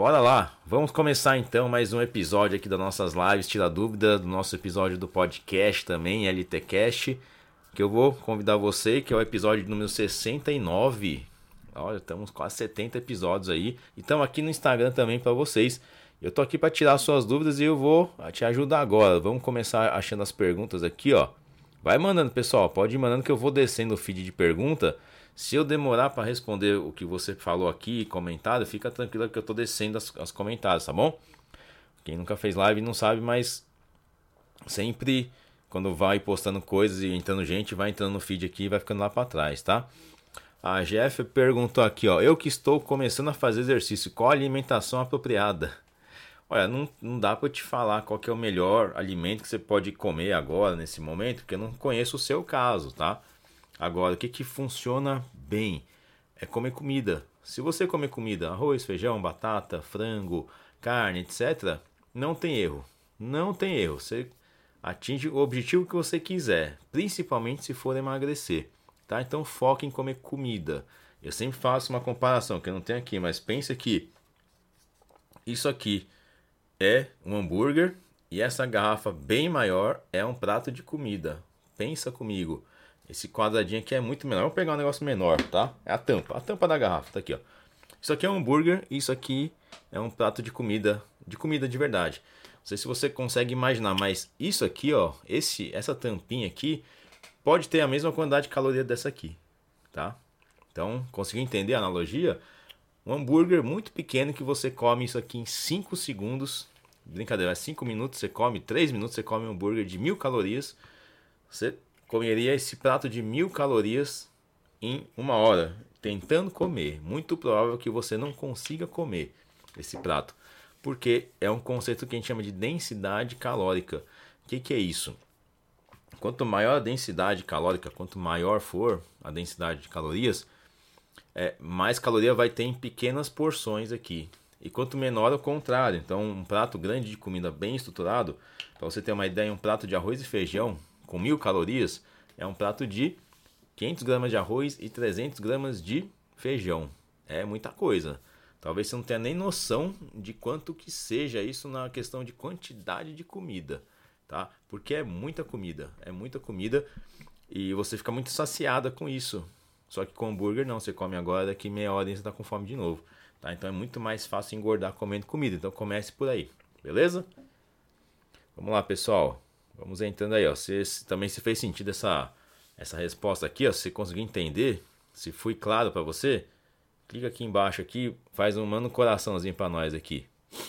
Bora lá, vamos começar então mais um episódio aqui das nossas lives, tira dúvida, do nosso episódio do podcast também, LTcast, que eu vou convidar você, que é o episódio número 69. Olha, estamos quase 70 episódios aí, e estamos aqui no Instagram também para vocês. Eu tô aqui para tirar suas dúvidas e eu vou te ajudar agora. Vamos começar achando as perguntas aqui, ó. Vai mandando, pessoal, pode ir mandando que eu vou descendo o feed de pergunta. Se eu demorar para responder o que você falou aqui, comentário, fica tranquilo que eu tô descendo as comentários, tá bom? Quem nunca fez live não sabe, mas sempre quando vai postando coisas e entrando gente, vai entrando no feed aqui e vai ficando lá para trás, tá? A Jeff perguntou aqui, ó. Eu que estou começando a fazer exercício, qual a alimentação apropriada? Olha, não dá para te falar qual que é o melhor alimento que você pode comer agora, nesse momento, porque eu não conheço o seu caso, tá? Agora, o que funciona bem é comer comida. Se você comer comida, arroz, feijão, batata, frango, carne, etc., não tem erro. Não tem erro. Você atinge o objetivo que você quiser, principalmente se for emagrecer, tá? Então, foque em comer comida. Eu sempre faço uma comparação, que eu não tenho aqui, mas pensa que isso aqui é um hambúrguer e essa garrafa bem maior é um prato de comida. Pensa comigo. Esse quadradinho aqui é muito menor. Vamos pegar um negócio menor, tá? É a tampa da garrafa, tá aqui, ó. Isso aqui é um hambúrguer e isso aqui é um prato de comida de verdade. Não sei se você consegue imaginar, mas isso aqui, ó, essa tampinha aqui pode ter a mesma quantidade de caloria dessa aqui, tá? Então, conseguiu entender a analogia? Um hambúrguer muito pequeno que você come isso aqui em 5 segundos. Brincadeira, 5 minutos você come, 3 minutos você come um hambúrguer de 1000 calorias. Você comeria esse prato de 1000 calorias em 1 hora, tentando comer. Muito provável que você não consiga comer esse prato, porque é um conceito que a gente chama de densidade calórica. O que é isso? Quanto maior a densidade calórica, quanto maior for a densidade de calorias, mais caloria vai ter em pequenas porções aqui. E quanto menor, ao contrário. Então, um prato grande de comida bem estruturado, para você ter uma ideia, um prato de arroz e feijão com 1000 calorias é um prato de 500 gramas de arroz e 300 gramas de feijão. É muita coisa. Talvez você não tenha nem noção de quanto que seja isso na questão de quantidade de comida, tá? Porque é muita comida e você fica muito saciada com isso. Só que com hambúrguer não, você come agora, daqui meia hora e você está com fome de novo, tá? Então é muito mais fácil engordar comendo comida. Então comece por aí, beleza? Vamos lá, pessoal. Vamos entrando aí, ó. Também se fez sentido essa resposta aqui, ó. Se você conseguir entender, se foi claro para você, clica aqui embaixo aqui, manda um coraçãozinho para nós aqui.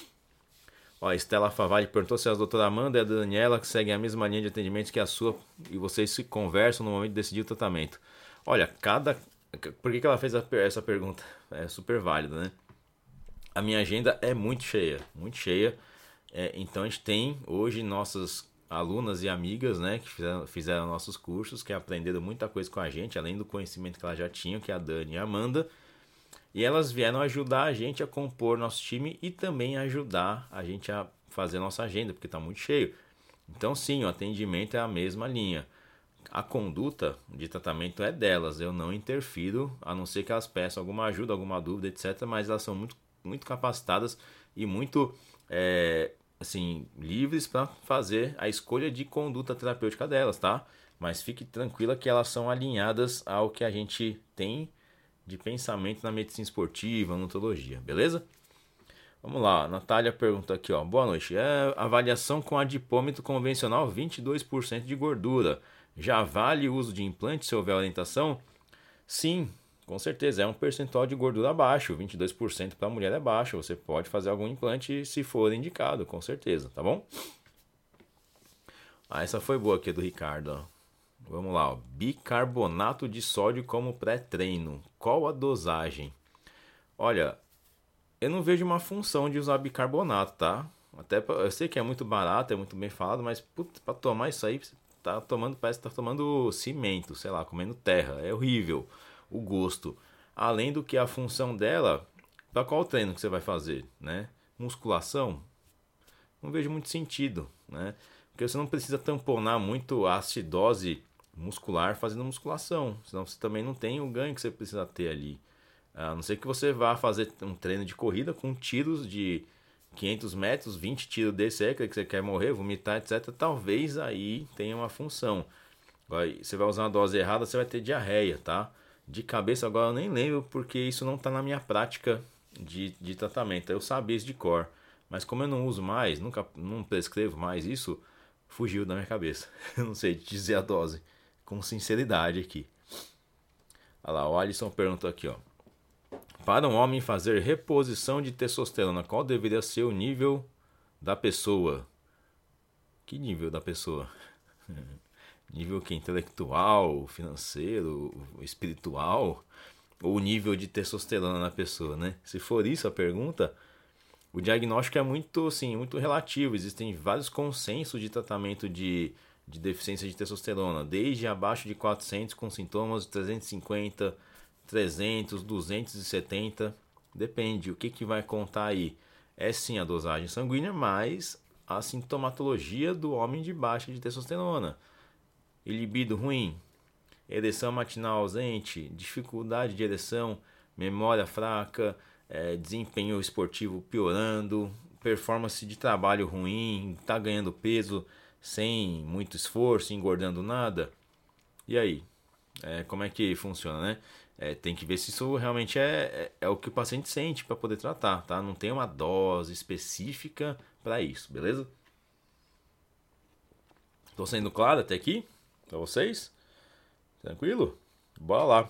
Ó, a Estela Favalli perguntou se a doutora Amanda e a Daniela que seguem a mesma linha de atendimento que a sua e vocês se conversam no momento de decidir o tratamento. Olha, por que ela fez essa pergunta? É super válida, né? A minha agenda é muito cheia, muito cheia. Então a gente tem hoje nossas alunas e amigas, né, que fizeram nossos cursos, que aprenderam muita coisa com a gente, além do conhecimento que elas já tinham, que é a Dani e a Amanda. E elas vieram ajudar a gente a compor nosso time e também ajudar a gente a fazer nossa agenda, porque está muito cheio. Então sim, o atendimento é a mesma linha. A conduta de tratamento é delas, eu não interfiro, a não ser que elas peçam alguma ajuda, alguma dúvida, etc. Mas elas são muito, muito capacitadas e muito assim, livres para fazer a escolha de conduta terapêutica delas, tá? Mas fique tranquila que elas são alinhadas ao que a gente tem de pensamento na medicina esportiva, nutologia, beleza? Vamos lá, a Natália pergunta aqui, ó. Boa noite. Avaliação com adipômetro convencional, 22% de gordura. Já vale o uso de implante se houver orientação? Sim, com certeza. É um percentual de gordura baixo. 22% para a mulher é baixo. Você pode fazer algum implante se for indicado, com certeza, tá bom? Essa foi boa aqui do Ricardo, ó. Vamos lá, ó. Bicarbonato de sódio como pré-treino. Qual a dosagem? Olha, eu não vejo uma função de usar bicarbonato, tá? Eu sei que é muito barato, é muito bem falado, mas para tomar isso aí, parece que tá tomando cimento, sei lá, comendo terra. É horrível o gosto. Além do que a função dela, para qual treino que você vai fazer, né? Musculação? Não vejo muito sentido, né? Porque você não precisa tamponar muito a acidose muscular fazendo musculação, senão você também não tem o ganho que você precisa ter ali, A não ser que você vá fazer um treino de corrida com tiros de 500 metros, 20 tiros desse aí, que você quer morrer, vomitar, etc. Talvez aí tenha uma função. Agora, você vai usar uma dose errada, você vai ter diarreia, tá? De cabeça agora eu nem lembro, porque isso não está na minha prática de tratamento. Eu sabia isso de cor. Mas como eu não uso mais, nunca não prescrevo mais isso, fugiu da minha cabeça. Eu não sei dizer a dose. Com sinceridade aqui. Olha lá, o Alisson perguntou aqui, ó. Para um homem fazer reposição de testosterona, qual deveria ser o nível da pessoa? Que nível da pessoa? Nível que intelectual, financeiro, espiritual? Ou o nível de testosterona na pessoa, né? Se for isso a pergunta, o diagnóstico é muito, assim, muito relativo. Existem vários consensos de tratamento de deficiência de testosterona, desde abaixo de 400 com sintomas de 350, 300, 270, depende. O que, que vai contar aí? É sim a dosagem sanguínea, mas a sintomatologia do homem de baixa de testosterona. E libido ruim, ereção matinal ausente, dificuldade de ereção, memória fraca, desempenho esportivo piorando, performance de trabalho ruim, tá ganhando peso sem muito esforço, engordando nada. E aí? Como é que funciona, né? Tem que ver se isso realmente é o que o paciente sente para poder tratar, tá? Não tem uma dose específica para isso, beleza? Tô sendo claro até aqui para vocês? Tranquilo? Bora lá.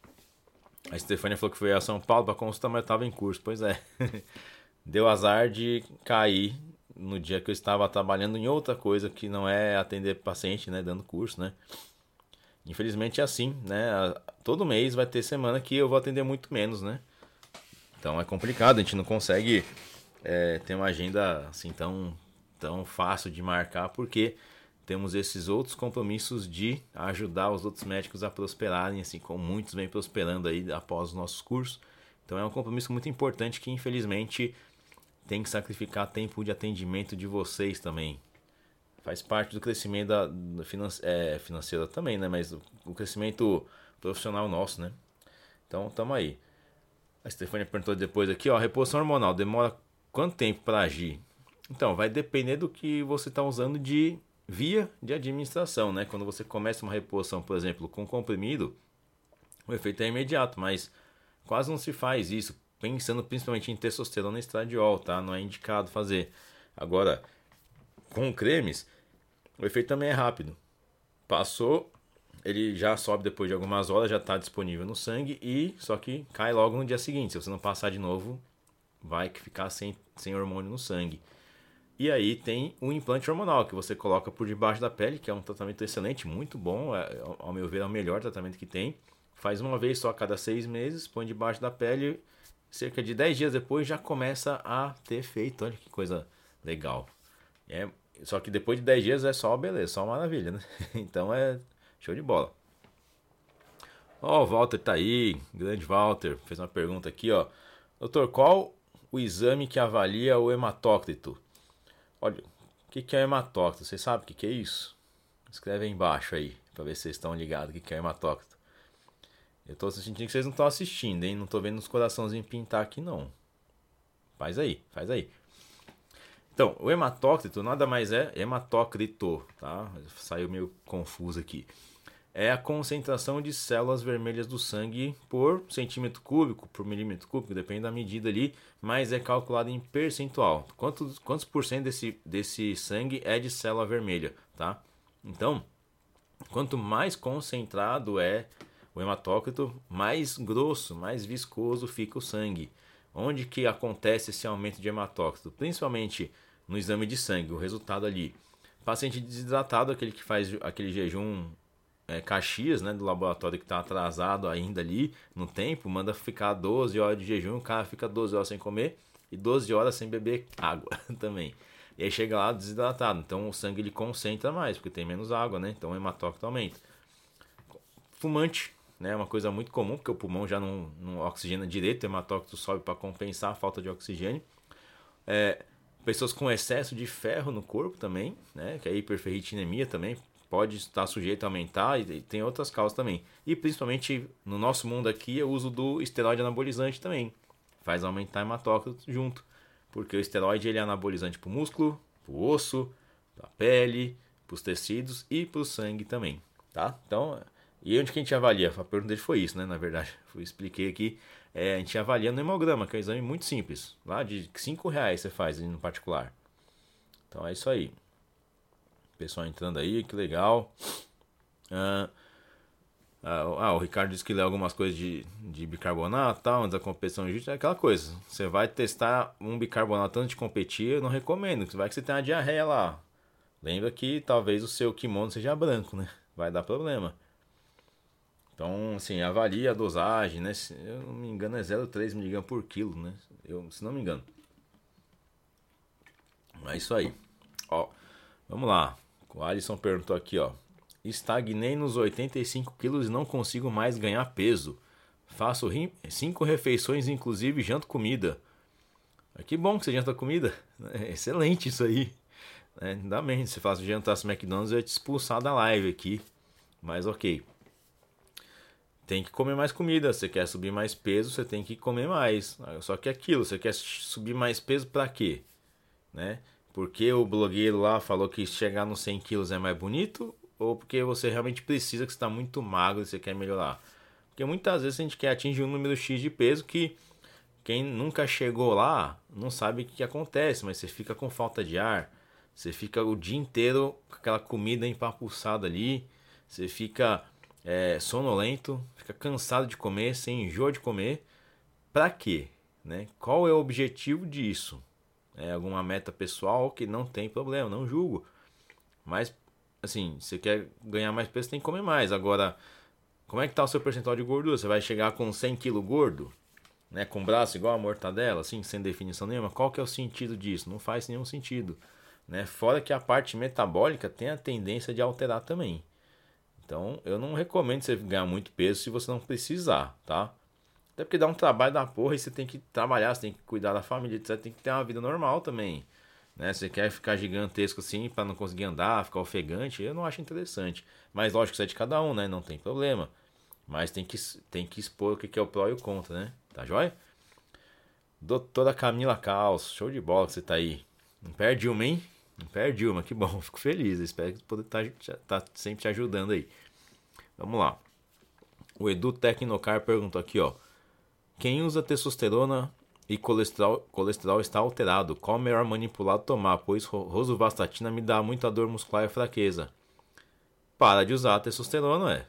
A Stefania falou que foi a São Paulo para consulta, mas estava em curso. Pois é. Deu azar de cair no dia que eu estava trabalhando em outra coisa que não é atender paciente, né? Dando curso, né? Infelizmente é assim, né? Todo mês vai ter semana que eu vou atender muito menos, né? Então é complicado, a gente não consegue ter uma agenda assim tão fácil de marcar, porque temos esses outros compromissos de ajudar os outros médicos a prosperarem, assim como muitos vêm prosperando aí após os nossos cursos. Então é um compromisso muito importante que infelizmente tem que sacrificar tempo de atendimento de vocês também. Faz parte do crescimento financeiro também, né? Mas o crescimento profissional nosso, né? Então, tamo aí. A Stefania perguntou depois aqui, ó, reposição hormonal demora quanto tempo para agir? Então, vai depender do que você está usando de via de administração, né? Quando você começa uma reposição, por exemplo, com comprimido, o efeito é imediato, mas quase não se faz isso, pensando principalmente em testosterona e estradiol, tá? Não é indicado fazer. Agora, com cremes, o efeito também é rápido. Passou, ele já sobe depois de algumas horas, já está disponível no sangue e só que cai logo no dia seguinte. Se você não passar de novo, vai ficar sem hormônio no sangue. E aí tem o implante hormonal que você coloca por debaixo da pele, que é um tratamento excelente, muito bom, ao meu ver é o melhor tratamento que tem. Faz uma vez só a cada 6 meses, põe debaixo da pele, cerca de 10 dias depois já começa a ter efeito. Olha que coisa legal. Só que depois de 10 dias é só beleza, só maravilha, né? Então é show de bola. Ó, o Walter tá aí, grande Walter, fez uma pergunta aqui, ó. Doutor, qual o exame que avalia o hematócrito? Olha, o que é hematócrito? Você sabe o que é isso? Escreve aí embaixo aí, pra ver se vocês estão ligados o que é hematócrito. Eu tô sentindo que vocês não estão assistindo, hein? Não tô vendo os coraçãozinhos pintar aqui, não. Faz aí, faz aí. Então, o hematócrito nada mais é hematócrito, tá? Saiu meio confuso aqui. É a concentração de células vermelhas do sangue por centímetro cúbico, por milímetro cúbico, depende da medida ali, mas é calculado em percentual. Quantos por cento desse sangue é de célula vermelha, tá? Então, quanto mais concentrado é o hematócrito, mais grosso, mais viscoso fica o sangue. Onde que acontece esse aumento de hematócrito? Principalmente no exame de sangue, o resultado ali. Paciente desidratado, aquele que faz aquele jejum Caxias, né, do laboratório que está atrasado ainda ali no tempo, manda ficar 12 horas de jejum, o cara fica 12 horas sem comer e 12 horas sem beber água também. E aí chega lá desidratado, então o sangue ele concentra mais, porque tem menos água, né? Então o hematócrito aumenta. Fumante, né, é uma coisa muito comum, porque o pulmão já não oxigena direito, o hematócrito sobe para compensar a falta de oxigênio. Pessoas com excesso de ferro no corpo também, né, que é hiperferritinemia também, pode estar sujeito a aumentar e tem outras causas também. E principalmente no nosso mundo aqui, é o uso do esteroide anabolizante também. Faz aumentar a hematócrito junto. Porque o esteroide ele é anabolizante para o músculo, para o osso, para a pele, para os tecidos e para o sangue também. Tá? Então, e onde que a gente avalia? A pergunta dele foi isso, né? Na verdade, eu expliquei aqui. A gente avalia no hemograma, que é um exame muito simples. Lá de R$5 você faz no particular. Então é isso aí. Pessoal entrando aí, que legal. O Ricardo disse que lê algumas coisas de bicarbonato, tal, antes da competição jiu-jitsu, é aquela coisa. Você vai testar um bicarbonato antes de competir, eu não recomendo. Vai que você tem uma diarreia lá. Lembra que talvez o seu kimono seja branco, né? Vai dar problema. Então, assim, avalie a dosagem, né? Se eu não me engano, é 0,3 mg por quilo, né? Se não me engano. É isso aí. Ó, vamos lá. O Alisson perguntou aqui, ó. Estagnei nos 85 quilos e não consigo mais ganhar peso. Faço 5 refeições, inclusive janto comida. Que bom que você janta comida. É excelente isso aí. Ainda bem, se você jantasse McDonald's, eu ia te expulsar da live aqui. Mas ok. Tem que comer mais comida. Você quer subir mais peso, você tem que comer mais. Só que aquilo, você quer subir mais peso pra quê? Né? Porque o blogueiro lá falou que chegar nos 100 quilos é mais bonito? Ou porque você realmente precisa, que você está muito magro e você quer melhorar? Porque muitas vezes a gente quer atingir um número X de peso que quem nunca chegou lá não sabe o que acontece, mas você fica com falta de ar, você fica o dia inteiro com aquela comida empapuçada ali, você fica sonolento, fica cansado de comer, sem enjoo de comer. Pra quê? Né? Qual é o objetivo disso? Alguma meta pessoal que não tem problema, não julgo. Mas, assim, você quer ganhar mais peso, tem que comer mais. Agora, como é que tá o seu percentual de gordura? Você vai chegar com 100 kg gordo? Né, com braço igual a mortadela, assim, sem definição nenhuma? Qual que é o sentido disso? Não faz nenhum sentido. Né? Fora que a parte metabólica tem a tendência de alterar também. Então, eu não recomendo você ganhar muito peso se você não precisar, tá? Até porque dá um trabalho da porra e você tem que trabalhar, você tem que cuidar da família, você tem que ter uma vida normal também. Né? Você quer ficar gigantesco assim para não conseguir andar, ficar ofegante, eu não acho interessante. Mas lógico que isso é de cada um, né? Não tem problema. Mas tem que expor o que é o pró e o contra, né? Tá joia? Doutora Camila Caos, show de bola que você tá aí. Não perde uma, hein? Não perde uma, que bom, fico feliz. Espero que poder tá sempre te ajudando aí. Vamos lá. O Edu Tecnocar perguntou aqui, ó. Quem usa testosterona e colesterol está alterado. Qual o melhor manipulado tomar? Pois rosuvastatina me dá muita dor muscular e fraqueza. Para de usar a testosterona,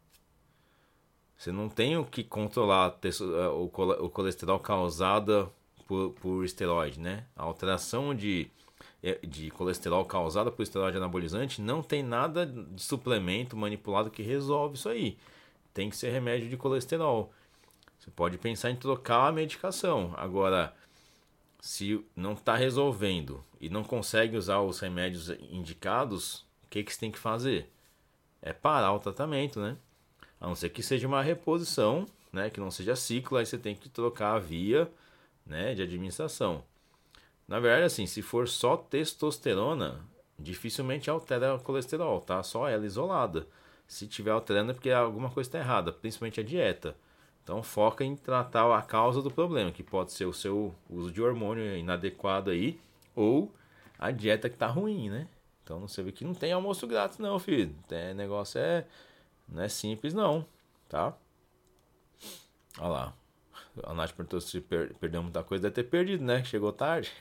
Você não tem o que controlar o colesterol causado por esteroide, né? A alteração de colesterol causada por esteroide anabolizante não tem nada de suplemento manipulado que resolve isso aí. Tem que ser remédio de colesterol. Você pode pensar em trocar a medicação. Agora, se não está resolvendo e não consegue usar os remédios indicados, o que você tem que fazer? É parar o tratamento, né? A não ser que seja uma reposição, né? Que não seja ciclo, aí você tem que trocar a via, né, de administração. Na verdade, assim, se for só testosterona, dificilmente altera o colesterol, tá? Só ela isolada. Se tiver alterando é porque alguma coisa está errada, principalmente a dieta. Então foca em tratar a causa do problema, que pode ser o seu uso de hormônio inadequado aí, ou a dieta que tá ruim, né? Então você vê que não tem almoço grátis não, filho. Tem negócio não é simples não, tá? Olha lá. A Nath perguntou se perdeu muita coisa, deve ter perdido, né? Chegou tarde.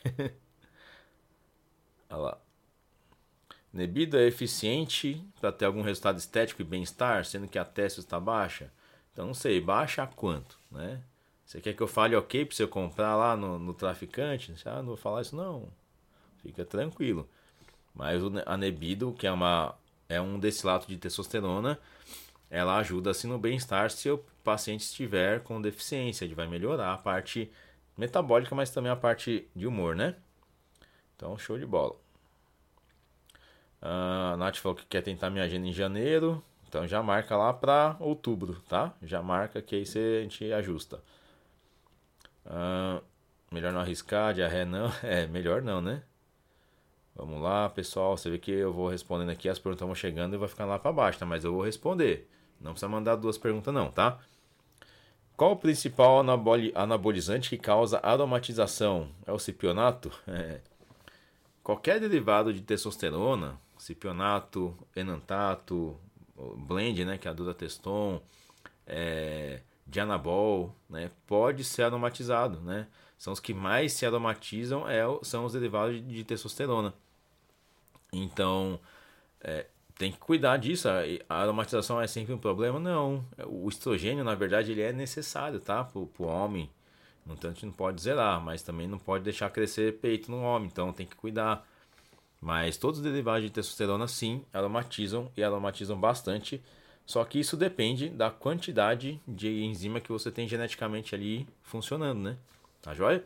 Olha lá. Nebido é eficiente para ter algum resultado estético e bem-estar, sendo que a testo está baixa? Então não sei, baixa a quanto, né? Você quer que eu fale ok para você comprar lá no traficante? Não vou falar isso não. Fica tranquilo. Mas a Nebido, que é um destilato de testosterona, ela ajuda assim no bem-estar se o paciente estiver com deficiência. Ele vai melhorar a parte metabólica, mas também a parte de humor, né? Então, show de bola. A Nath falou que quer tentar minha agenda em janeiro. Então já marca lá para outubro, tá? Já marca que aí a gente ajusta. Melhor não arriscar, diarreia não. Melhor não, né? Vamos lá, pessoal. Você vê que eu vou respondendo aqui, as perguntas vão chegando e vai ficando lá para baixo, tá? Mas eu vou responder. Não precisa mandar duas perguntas não, tá? Qual o principal anabolizante que causa aromatização? É o cipionato? Qualquer derivado de testosterona, cipionato, enantato, blend, né, que é a durateston, dianabol, né, pode ser aromatizado, né? São os que mais se aromatizam, são os derivados de testosterona. Então, tem que cuidar disso. A aromatização é sempre um problema? Não. O estrogênio, na verdade, ele é necessário, tá? Pro homem. No entanto, a gente não pode zerar, mas também não pode deixar crescer peito no homem, então tem que cuidar. Mas todos os derivados de testosterona, sim, aromatizam e aromatizam bastante. Só que isso depende da quantidade de enzima que você tem geneticamente ali funcionando, né? Tá joia?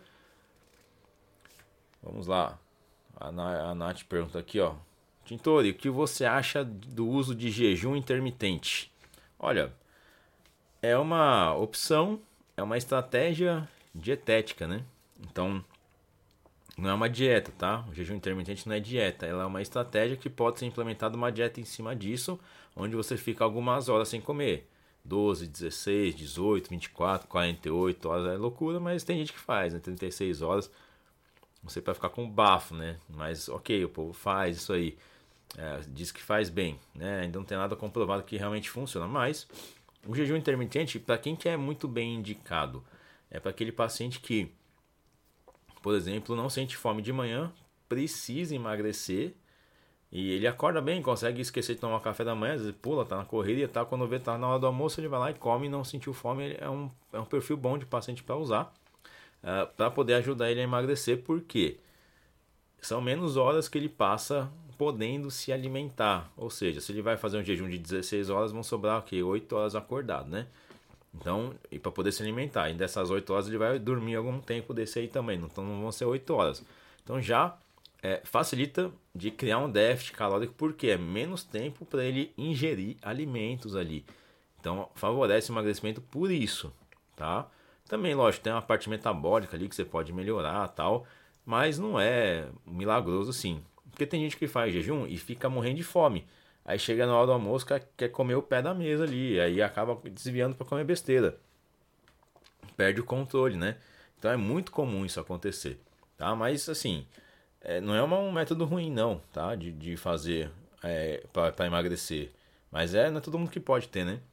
Vamos lá. A Nath pergunta aqui, ó. Tintori, o que você acha do uso de jejum intermitente? Olha, é uma opção, é uma estratégia dietética, né? Então, não é uma dieta, tá? O jejum intermitente não é dieta, ela é uma estratégia que pode ser implementada uma dieta em cima disso, onde você fica algumas horas sem comer. 12, 16, 18, 24, 48 horas é loucura, mas tem gente que faz, né? 36 horas. Você vai ficar com bafo, né? Mas ok, o povo faz isso aí. Diz que faz bem, né? Ainda não tem nada comprovado que realmente funciona, mas o jejum intermitente, para quem que é muito bem indicado, é para aquele paciente que, por exemplo, não sente fome de manhã, precisa emagrecer e ele acorda bem, consegue esquecer de tomar café da manhã, às vezes pula, tá na correria, tá, quando vê tá na hora do almoço, ele vai lá e come e não sentiu fome. É um perfil bom de paciente para usar, para poder ajudar ele a emagrecer, porque são menos horas que ele passa podendo se alimentar. Ou seja, se ele vai fazer um jejum de 16 horas, vão sobrar o quê? 8 horas acordado, né? Então, e para poder se alimentar. E dessas 8 horas ele vai dormir algum tempo desse aí também. Então não vão ser 8 horas. Então já facilita de criar um déficit calórico, porque é menos tempo para ele ingerir alimentos ali. Então favorece o emagrecimento por isso, tá? Também, lógico, tem uma parte metabólica ali que você pode melhorar, tal, mas não é milagroso assim. Porque tem gente que faz jejum e fica morrendo de fome. Aí chega na hora do almoço, quer comer o pé da mesa ali, aí acaba desviando para comer besteira. Perde o controle, né? Então é muito comum isso acontecer, tá? Mas assim, não é um método ruim não, tá? De fazer para emagrecer. Mas não é todo mundo que pode ter, né?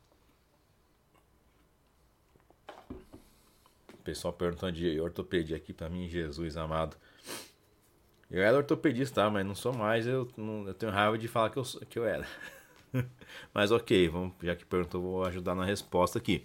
O pessoal perguntando de ortopedia aqui pra mim, Jesus amado. Eu era ortopedista, tá? Mas não sou mais. Eu tenho raiva de falar que eu era. Mas ok, já que perguntou, vou ajudar na resposta aqui.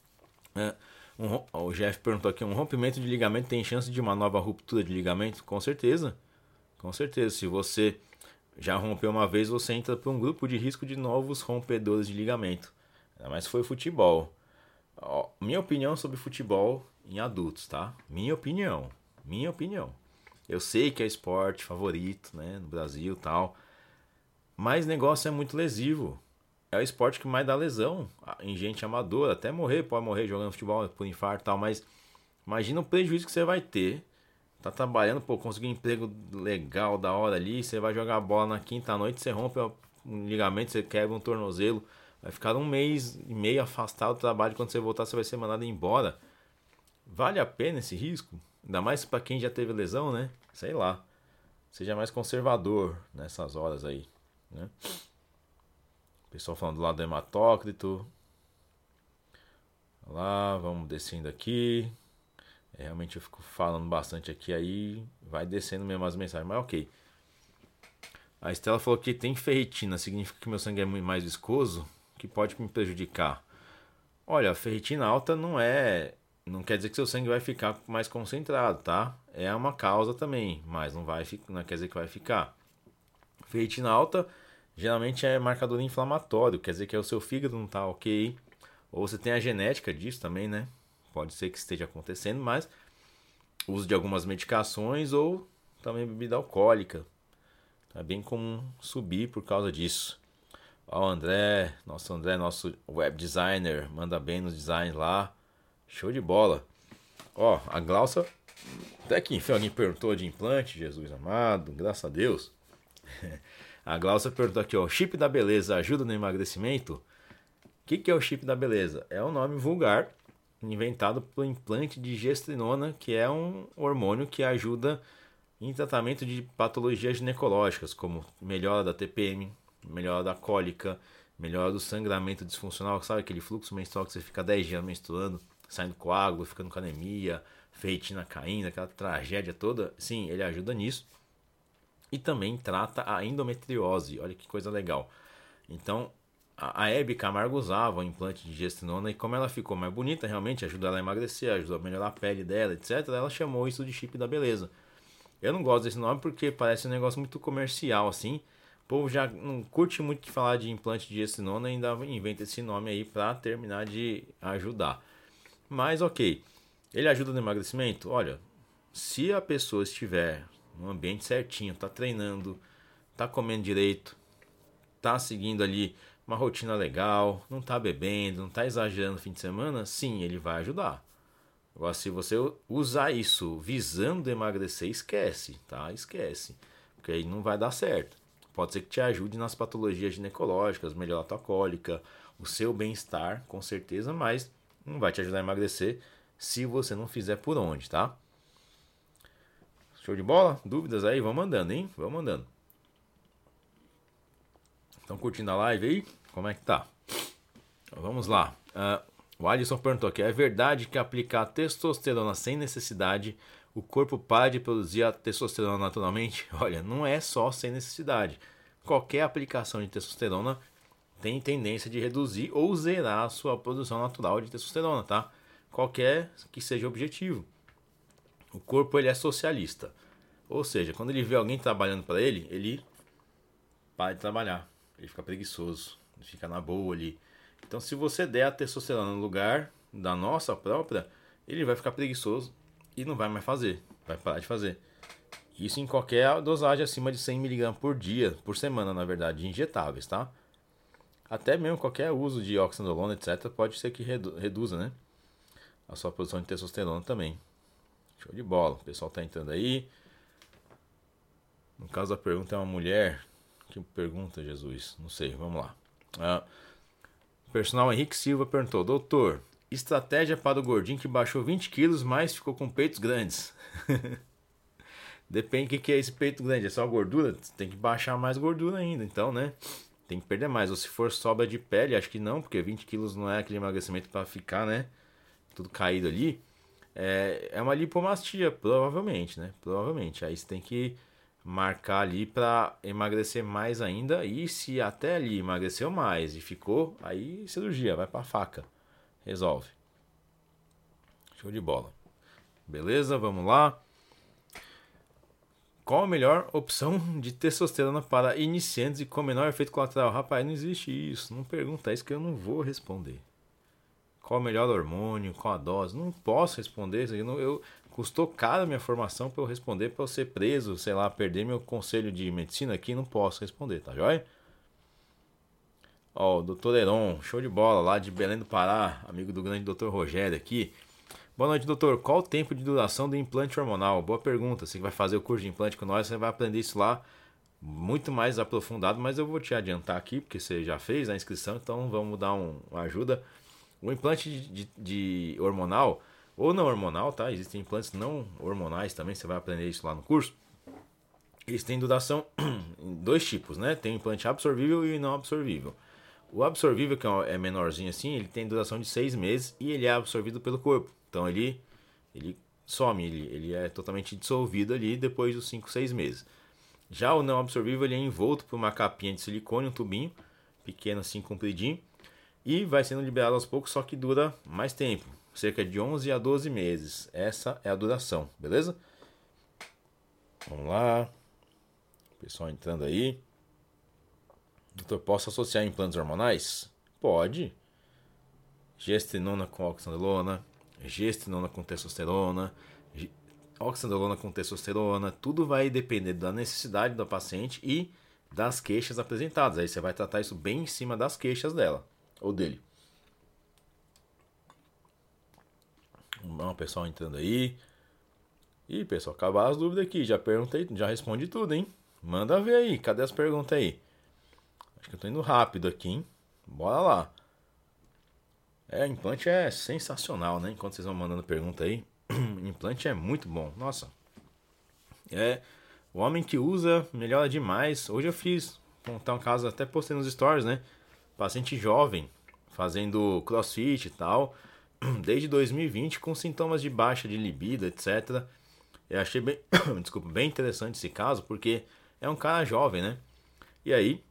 O Jeff perguntou aqui: um rompimento de ligamento tem chance de uma nova ruptura de ligamento? Com certeza. Com certeza. Se você já rompeu uma vez, você entra para um grupo de risco de novos rompedores de ligamento. Mas foi futebol. Minha opinião sobre futebol em adultos, tá? Minha opinião. Minha opinião. Eu sei que é esporte favorito, né, no Brasil e tal, mas o negócio é muito lesivo. É o esporte que mais dá lesão em gente amadora, até morrer, pode morrer jogando futebol por infarto e tal, mas imagina o prejuízo que você vai ter. Tá trabalhando, pô, conseguir um emprego legal, da hora ali, você vai jogar bola na quinta noite, você rompe um ligamento, você quebra um tornozelo, vai ficar um mês e meio afastado do trabalho, quando você voltar você vai ser mandado embora. Vale a pena esse risco? Ainda mais para quem já teve lesão, né? Sei lá. Seja mais conservador nessas horas aí, né? Pessoal falando do lado do hematócrito. Lá, vamos descendo aqui. Realmente eu fico falando bastante aqui, aí vai descendo mesmo as mensagens, mas ok. A Estela falou que tem ferritina, significa que meu sangue é muito mais viscoso, que pode me prejudicar. Olha, a ferritina alta não quer dizer que seu sangue vai ficar mais concentrado, tá? É uma causa também, mas não quer dizer que vai ficar. Ferritina alta geralmente é marcador inflamatório, quer dizer que o seu fígado não tá ok. Ou você tem a genética disso também, né? Pode ser que esteja acontecendo, mas uso de algumas medicações ou também bebida alcoólica. É bem comum subir por causa disso. Ó, o André, nosso web designer, manda bem nos designs lá. Show de bola. Ó, a Glaucia Até que enfim alguém perguntou de implante, Jesus amado, graças a Deus. A Glaucia perguntou aqui, ó, chip da beleza ajuda no emagrecimento? O que é o chip da beleza? É um nome vulgar inventado pelo implante de gestrinona, que é um hormônio que ajuda em tratamento de patologias ginecológicas, como melhora da TPM, melhora da cólica, melhora do sangramento disfuncional, sabe aquele fluxo menstrual que você fica 10 dias menstruando, saindo coágulo, ficando com anemia, feitina caindo, aquela tragédia toda. Sim, ele ajuda nisso. E também trata a endometriose, olha que coisa legal. Então, a Hebe Camargo usava o implante de gestrinona e como ela ficou mais bonita, realmente ajudou ela a emagrecer, ajudou a melhorar a pele dela, etc. Ela chamou isso de chip da beleza. Eu não gosto desse nome porque parece um negócio muito comercial assim. O povo já não curte muito falar de implante de gestrinona e ainda inventa esse nome aí para terminar de ajudar. Mas ok, ele ajuda no emagrecimento? Olha, se a pessoa estiver no ambiente certinho, tá treinando, tá comendo direito, tá seguindo ali uma rotina legal, não tá bebendo, não tá exagerando no fim de semana, sim, ele vai ajudar. Agora, se você usar isso visando emagrecer, esquece, tá? Esquece, porque aí não vai dar certo. Pode ser que te ajude nas patologias ginecológicas, melhorar a tua cólica, o seu bem-estar, com certeza, mas não vai te ajudar a emagrecer se você não fizer por onde, tá? Show de bola? Dúvidas aí? Vão mandando, hein? Vão mandando. Estão curtindo a live aí? Como é que tá? Vamos lá. O Alisson perguntou aqui: é verdade que aplicar testosterona sem necessidade, o corpo para de produzir a testosterona naturalmente? Olha, não é só sem necessidade. Qualquer aplicação de testosterona tem tendência de reduzir ou zerar a sua produção natural de testosterona, tá? Qualquer que seja o objetivo. O corpo ele é socialista. Ou seja, quando ele vê alguém trabalhando para ele, ele para de trabalhar. Ele fica preguiçoso, ele fica na boa ali. Então, se você der a testosterona no lugar da nossa própria, ele vai ficar preguiçoso e não vai mais fazer, vai parar de fazer. Isso em qualquer dosagem acima de 100 mg por dia, por semana, na verdade, de injetáveis, tá? Até mesmo qualquer uso de oxandrolona, etc., pode ser que reduza, né? A sua produção de testosterona também. Show de bola. O pessoal tá entrando aí. No caso da pergunta é uma mulher. Que pergunta, Jesus? Não sei, vamos lá. O personal Henrique Silva perguntou: doutor, estratégia para o gordinho que baixou 20 quilos, mas ficou com peitos grandes. Depende do que é esse peito grande. É só gordura? Tem que baixar mais gordura ainda, então, né? Tem que perder mais. Ou se for sobra de pele, acho que não, porque 20 quilos não é aquele emagrecimento para ficar, né? Tudo caído ali. É uma lipomastia, provavelmente, né? Provavelmente. Aí você tem que marcar ali para emagrecer mais ainda. E se até ali emagreceu mais e ficou, aí cirurgia, vai para faca. Resolve. Show de bola. Beleza, vamos lá. Qual a melhor opção de testosterona para iniciantes e com menor efeito colateral? Rapaz, não existe isso. Não pergunta isso que eu não vou responder. Qual o melhor hormônio? Qual a dose? Não posso responder isso. Custou caro a minha formação para eu responder, para eu ser preso, sei lá, perder meu conselho de medicina aqui. Não posso responder, tá joia? Ó, o Dr. Heron, show de bola, lá de Belém do Pará, amigo do grande Dr. Rogério aqui. Boa noite, doutor. Qual o tempo de duração do implante hormonal? Boa pergunta. Você que vai fazer o curso de implante com nós, você vai aprender isso lá muito mais aprofundado, mas eu vou te adiantar aqui, porque você já fez a inscrição, então vamos dar uma ajuda. O implante de hormonal, ou não hormonal, tá? Existem implantes não hormonais também, você vai aprender isso lá no curso. Eles têm duração em dois tipos, né? Tem implante absorvível e não absorvível. O absorvível, que é menorzinho assim, ele tem duração de 6 meses e ele é absorvido pelo corpo. Então ele some, ele é totalmente dissolvido ali depois dos 5, 6 meses. Já o não absorvível, ele é envolto por uma capinha de silicone, um tubinho pequeno assim, compridinho, e vai sendo liberado aos poucos, só que dura mais tempo, cerca de 11 a 12 meses. Essa é a duração, beleza? Vamos lá. Pessoal entrando aí. Doutor, posso associar implantes hormonais? Pode. Gestrinona com oxandrolona, gestrinona com testosterona, oxandrolona com testosterona, tudo vai depender da necessidade da paciente e das queixas apresentadas. Aí você vai tratar isso bem em cima das queixas dela ou dele. Vamos lá, o pessoal entrando aí. Ih, pessoal, acabaram as dúvidas aqui. Já perguntei, já respondi tudo, hein? Manda ver aí, cadê as perguntas aí? Acho que eu tô indo rápido aqui, hein? Bora lá. Implante é sensacional, né? Enquanto vocês vão mandando pergunta aí, implante é muito bom. Nossa, é o homem que usa melhora demais. Hoje eu fiz, contar um caso, até postei nos stories, né? Paciente jovem, fazendo crossfit e tal, desde 2020 com sintomas de baixa de libido, etc. Eu achei bem, desculpa, bem interessante esse caso, porque é um cara jovem, né? E aí,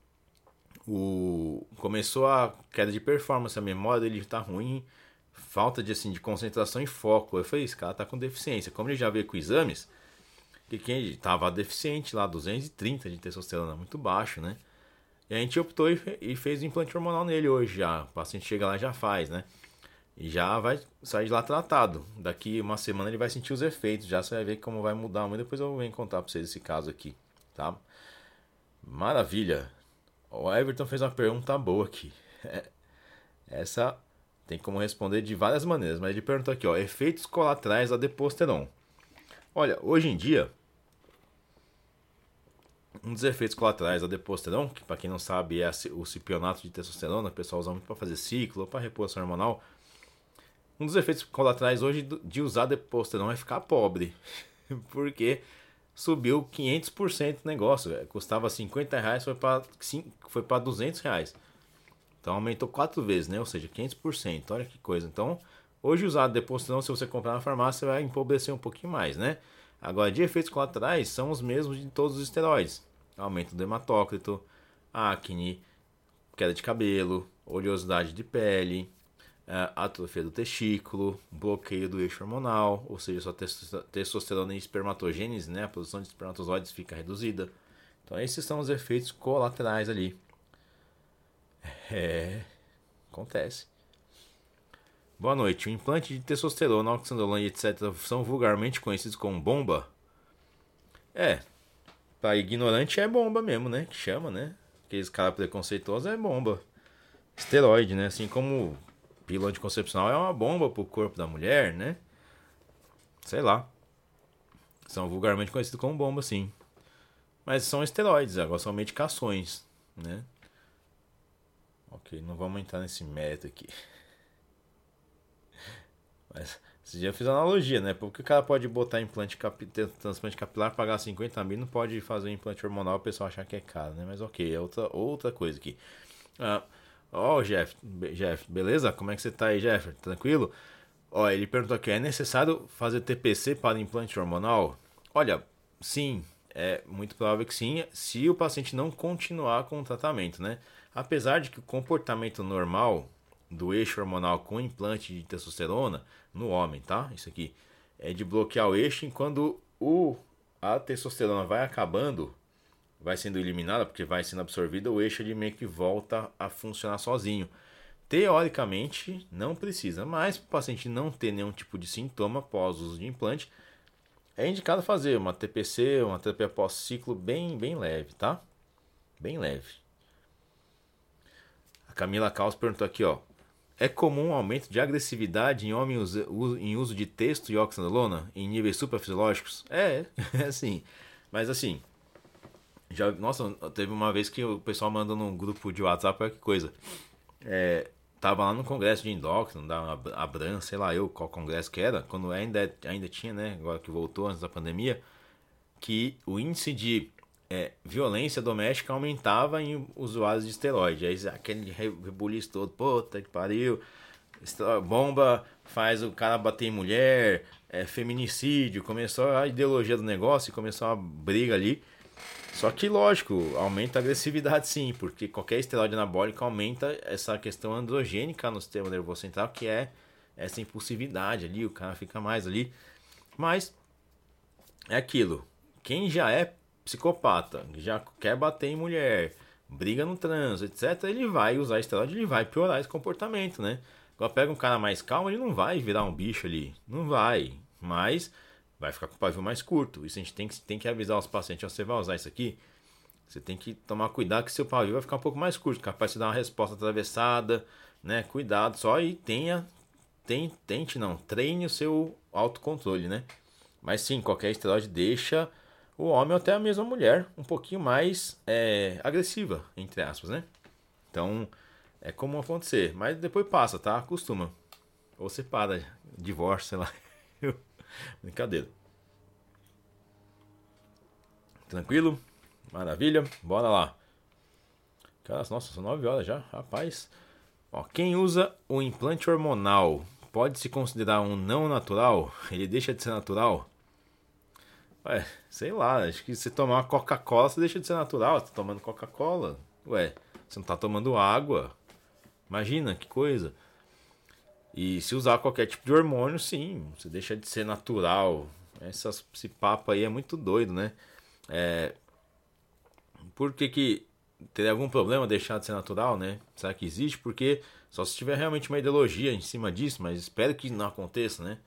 começou a queda de performance, a memória dele tá ruim, falta de, assim, de concentração e foco. Eu falei, esse cara tá com deficiência. Como ele já veio com exames, que quem tava deficiente lá, 230 de testosterona, muito baixo, né? E a gente optou e fez o implante hormonal nele hoje já. O paciente chega lá e já faz, né? E já vai sair de lá tratado. Daqui uma semana ele vai sentir os efeitos. Já você vai ver como vai mudar muito. Depois eu venho contar pra vocês esse caso aqui, tá? Maravilha. O Everton fez uma pergunta boa aqui. Essa tem como responder de várias maneiras. Mas ele perguntou aqui, ó. Efeitos colaterais da Deposteron. Olha, hoje em dia, um dos efeitos colaterais da Deposteron, que para quem não sabe é o cipionato de testosterona, o pessoal usa muito para fazer ciclo ou para reposição hormonal. Um dos efeitos colaterais hoje de usar Deposteron é ficar pobre, porque subiu 500% o negócio. Custava R$ 50, foi para R$ 200. Então aumentou 4 vezes, né? Ou seja, 500%. Olha que coisa. Então, hoje usar Deposteron, se você comprar na farmácia, vai empobrecer um pouquinho mais, né? Agora, de efeitos colaterais, são os mesmos de todos os esteroides. Aumento do hematócrito, acne, queda de cabelo, oleosidade de pele, atrofia do testículo, bloqueio do eixo hormonal, ou seja, sua testosterona e espermatogênese, né? A produção de espermatozoides fica reduzida. Então, esses são os efeitos colaterais ali. Acontece. Boa noite. O implante de testosterona, oxandrolona e etc. são vulgarmente conhecidos como bomba? Pra ignorante é bomba mesmo, né? Que chama, né? Aqueles caras preconceituosos é bomba. Esteroide, né? Assim como pílula anticoncepcional é uma bomba pro corpo da mulher, né? Sei lá. São vulgarmente conhecidos como bomba, sim. Mas são esteroides, agora são medicações, né? Ok, não vamos entrar nesse mérito aqui. Mas esse dia eu fiz analogia, né? Porque o cara pode botar transplante capilar, pagar 50 mil, não pode fazer implante hormonal e o pessoal achar que é caro, né? Mas ok, é outra coisa aqui. Jeff, beleza? Como é que você tá aí, Jeff? Tranquilo? Ele perguntou aqui, é necessário fazer TPC para implante hormonal? Olha, sim, é muito provável que sim, se o paciente não continuar com o tratamento, né? Apesar de que o comportamento normal do eixo hormonal com implante de testosterona no homem, tá? Isso aqui é de bloquear o eixo enquanto a testosterona vai acabando, vai sendo eliminada porque vai sendo absorvida, o eixo ele meio que volta a funcionar sozinho. Teoricamente não precisa, mas para o paciente não ter nenhum tipo de sintoma após o uso de implante, é indicado fazer uma TPC, uma terapia pós-ciclo bem leve, tá? Bem leve. A Camila Caos perguntou aqui, ó. É comum aumento de agressividade em homens em uso de testo e oxandrolona em níveis suprafisiológicos? É assim. Mas assim, nossa, teve uma vez que o pessoal mandou num grupo de WhatsApp, olha que coisa. Tava lá no congresso de endócrino, da Abram, sei lá eu qual congresso que era, quando ainda tinha, né, agora que voltou antes da pandemia, que o índice de violência doméstica aumentava em usuários de esteroide. Aí aquele rebuliço todo, puta que pariu, bomba faz o cara bater em mulher, feminicídio, começou a ideologia do negócio e começou uma briga ali. Só que, lógico, aumenta a agressividade sim, porque qualquer esteroide anabólico aumenta essa questão androgênica no sistema nervoso central, que é essa impulsividade ali, o cara fica mais ali. Mas é aquilo, quem já é psicopata, já quer bater em mulher, briga no trânsito, etc., ele vai usar esteroide, ele vai piorar esse comportamento, né? Agora pega um cara mais calmo, ele não vai virar um bicho ali, não vai, mas vai ficar com o pavio mais curto. Isso a gente tem que avisar os pacientes, ó, você vai usar isso aqui, você tem que tomar cuidado que seu pavio vai ficar um pouco mais curto, capaz de dar uma resposta atravessada, né? Cuidado só e treine o seu autocontrole, né? Mas sim, qualquer esteroide deixa o homem ou até a mesma mulher um pouquinho mais agressiva, entre aspas, né? Então, é comum acontecer. Mas depois passa, tá? Acostuma. Ou separa, divórcio, sei lá. Brincadeira. Tranquilo? Maravilha? Bora lá. Cara, nossa, são 9 horas já, rapaz. Ó, quem usa o implante hormonal pode se considerar um não natural? Ele deixa de ser natural? Ué, sei lá, acho que se tomar uma Coca-Cola você deixa de ser natural. Você tá tomando Coca-Cola. Ué, você não tá tomando água. Imagina que coisa. E se usar qualquer tipo de hormônio, sim, você deixa de ser natural. Esse papo aí é muito doido, né? Por que teria algum problema deixar de ser natural, né? Será que existe? Porque só se tiver realmente uma ideologia em cima disso, mas espero que não aconteça, né?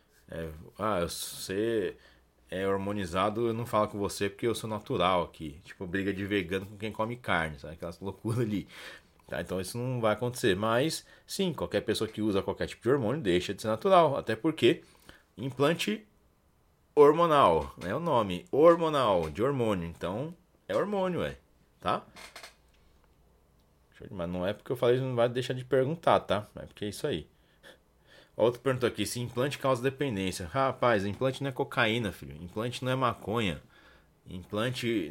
Você é hormonizado, eu não falo com você porque eu sou natural aqui. Tipo, briga de vegano com quem come carne, sabe? Aquelas loucuras ali. Tá, então isso não vai acontecer. Mas, sim, qualquer pessoa que usa qualquer tipo de hormônio deixa de ser natural. Até porque implante hormonal, né? O nome, hormonal, de hormônio. Então, é hormônio, tá? Mas não é porque eu falei, não vai deixar de perguntar, tá? É porque é isso aí. Outro pergunta aqui, se implante causa dependência. Rapaz, implante não é cocaína, filho. Implante não é maconha. Implante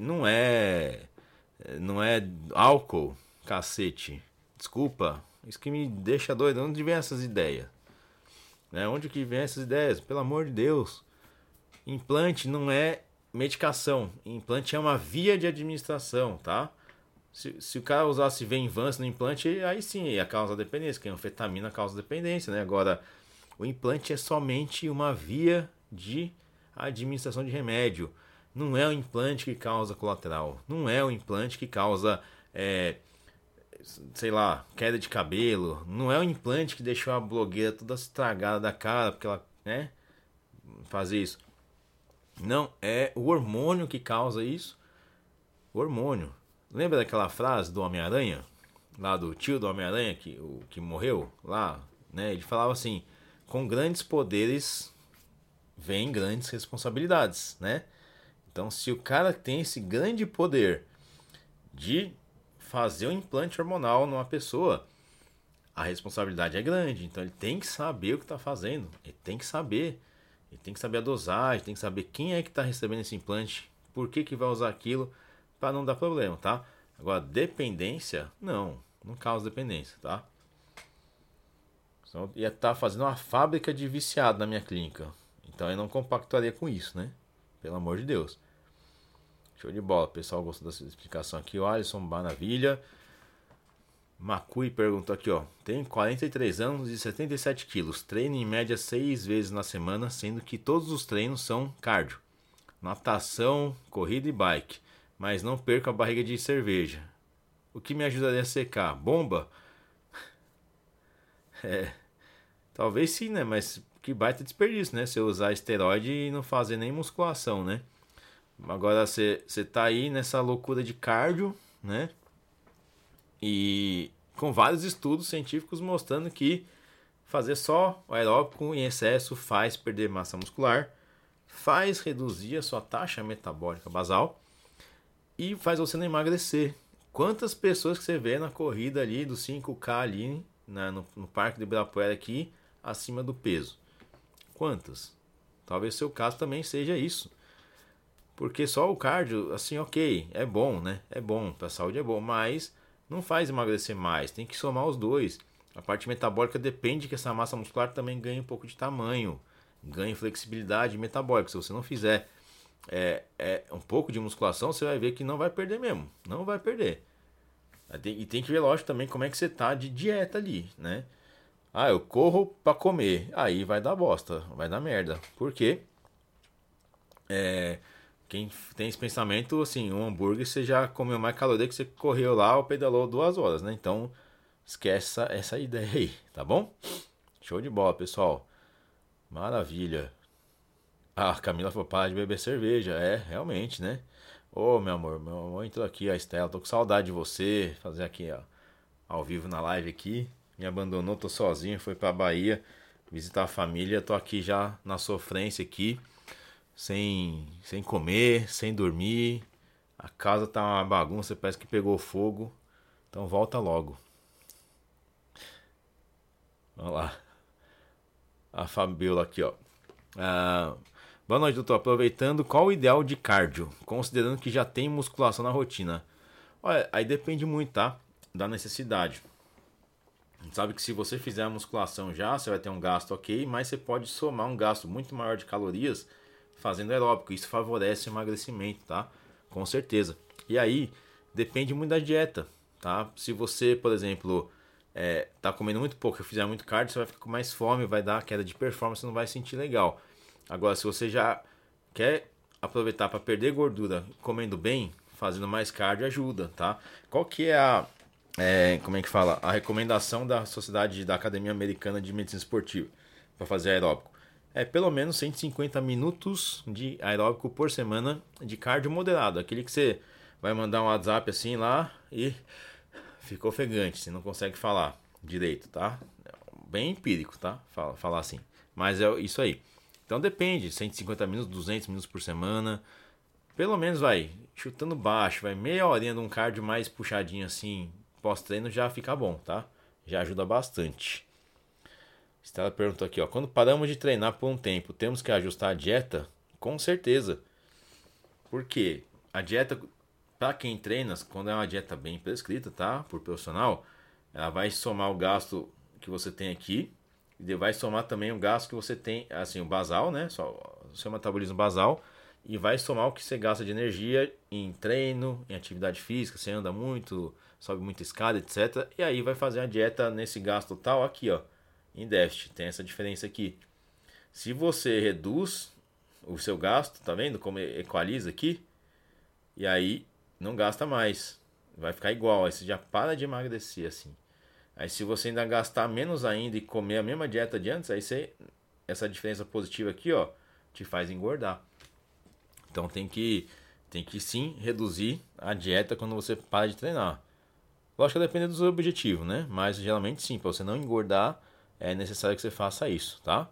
não é álcool, cacete. Desculpa, isso que me deixa doido. Onde vem essas ideias? Né? Onde que vem essas ideias? Pelo amor de Deus. Implante não é medicação. Implante é uma via de administração, tá? Se o cara usasse Venvance no implante, aí sim ia causar dependência, que a anfetamina causa dependência, né? Agora, o implante é somente uma via de administração de remédio. Não é o implante que causa colateral. Não é o implante que causa, sei lá, queda de cabelo. Não é o implante que deixou a blogueira toda estragada da cara, porque ela, né, fazer isso. Não, é o hormônio que causa isso. O hormônio. Lembra daquela frase do Homem-Aranha? Lá do tio do Homem-Aranha que morreu lá, né? Ele falava assim: com grandes poderes vem grandes responsabilidades, né? Então, se o cara tem esse grande poder de fazer um implante hormonal numa pessoa, a responsabilidade é grande. Então, ele tem que saber o que está fazendo. Ele tem que saber. Ele tem que saber a dosagem, tem que saber quem é que está recebendo esse implante, por que vai usar aquilo, para não dar problema, tá? Agora, dependência, não causa dependência, tá? Senão eu ia estar fazendo uma fábrica de viciado na minha clínica. Então eu não compactuaria com isso, né? Pelo amor de Deus. Show de bola. O pessoal gostou dessa explicação aqui. O Alisson, maravilha. Macui perguntou aqui, ó. Tenho 43 anos e 77 quilos. Treino em média 6 vezes na semana, sendo que todos os treinos são cardio. Natação, corrida e bike. Mas não perco a barriga de cerveja. O que me ajudaria a secar? Bomba? Talvez sim, né? Mas que baita desperdício, né? Você usar esteroide e não fazer nem musculação, né? Agora você tá aí nessa loucura de cardio, né? E com vários estudos científicos mostrando que fazer só o aeróbico em excesso faz perder massa muscular, faz reduzir a sua taxa metabólica basal e faz você não emagrecer. Quantas pessoas que você vê na corrida ali do 5K ali no Parque do Ibirapuera aqui acima do peso? Quantas? Talvez seu caso também seja isso. Porque só o cardio, assim, ok, é bom, né? É bom, pra saúde é bom, mas não faz emagrecer mais, tem que somar os dois. A parte metabólica depende que essa massa muscular também ganhe um pouco de tamanho, ganhe flexibilidade metabólica. Se você não fizer um pouco de musculação, você vai ver que não vai perder mesmo, não vai perder. E tem que ver, lógico, também como é que você tá de dieta ali, né? Eu corro pra comer, aí vai dar bosta, vai dar merda. Por quê? Quem tem esse pensamento, assim, um hambúrguer você já comeu mais caloria que você correu lá ou pedalou 2 horas, né? Então, esquece essa ideia aí, tá bom? Show de bola, pessoal. Maravilha. A Camila falou, para de beber cerveja. Realmente, né? Ô, meu amor entrou aqui, a Estela, tô com saudade de você. Fazer aqui, ó, ao vivo na live aqui. Me abandonou, tô sozinho, foi pra Bahia visitar a família. Tô aqui já na sofrência aqui. sem comer, sem dormir. A casa tá uma bagunça, parece que pegou fogo. Então volta logo. Olha lá. A Fabiola aqui, ó. Boa noite, doutor. Aproveitando, qual o ideal de cardio? Considerando que já tem musculação na rotina. Olha, aí depende muito, tá? Da necessidade. A gente sabe que se você fizer a musculação já, você vai ter um gasto ok, mas você pode somar um gasto muito maior de calorias fazendo aeróbico. Isso favorece o emagrecimento, tá? Com certeza. E aí, depende muito da dieta, tá? Se você, por exemplo, tá comendo muito pouco e fizer muito cardio, você vai ficar com mais fome, vai dar queda de performance, não vai sentir legal. Agora, se você já quer aproveitar para perder gordura comendo bem, fazendo mais cardio ajuda, tá? Qual que é como é que fala? A recomendação da Sociedade da Academia Americana de Medicina Esportiva para fazer aeróbico? É pelo menos 150 minutos de aeróbico por semana de cardio moderado. Aquele que você vai mandar um WhatsApp assim lá e fica ofegante, você não consegue falar direito, tá? Bem empírico, tá? Falar assim. Mas é isso aí. Então depende, 150 minutos, 200 minutos por semana. Pelo menos vai chutando baixo, vai meia horinha de um cardio mais puxadinho assim, pós-treino já fica bom, tá? Já ajuda bastante. Estela perguntou aqui, ó, quando paramos de treinar por um tempo, temos que ajustar a dieta? Com certeza. Por quê? A dieta, para quem treina, quando é uma dieta bem prescrita, tá? Por profissional, ela vai somar o gasto que você tem aqui e vai somar também o gasto que você tem, assim, o basal, né? O seu metabolismo basal. E vai somar o que você gasta de energia em treino, em atividade física, você anda muito, sobe muita escada, etc. E aí vai fazer a dieta nesse gasto tal aqui, ó, em déficit. Tem essa diferença aqui. Se você reduz o seu gasto, tá vendo como equaliza aqui? E aí não gasta mais. Vai ficar igual, aí você já para de emagrecer assim. Aí se você ainda gastar menos ainda e comer a mesma dieta de antes, aí essa diferença positiva aqui, ó, te faz engordar. Então tem que sim reduzir a dieta quando você para de treinar. Lógico que depende do seu objetivo, né? Mas geralmente sim, para você não engordar é necessário que você faça isso, tá?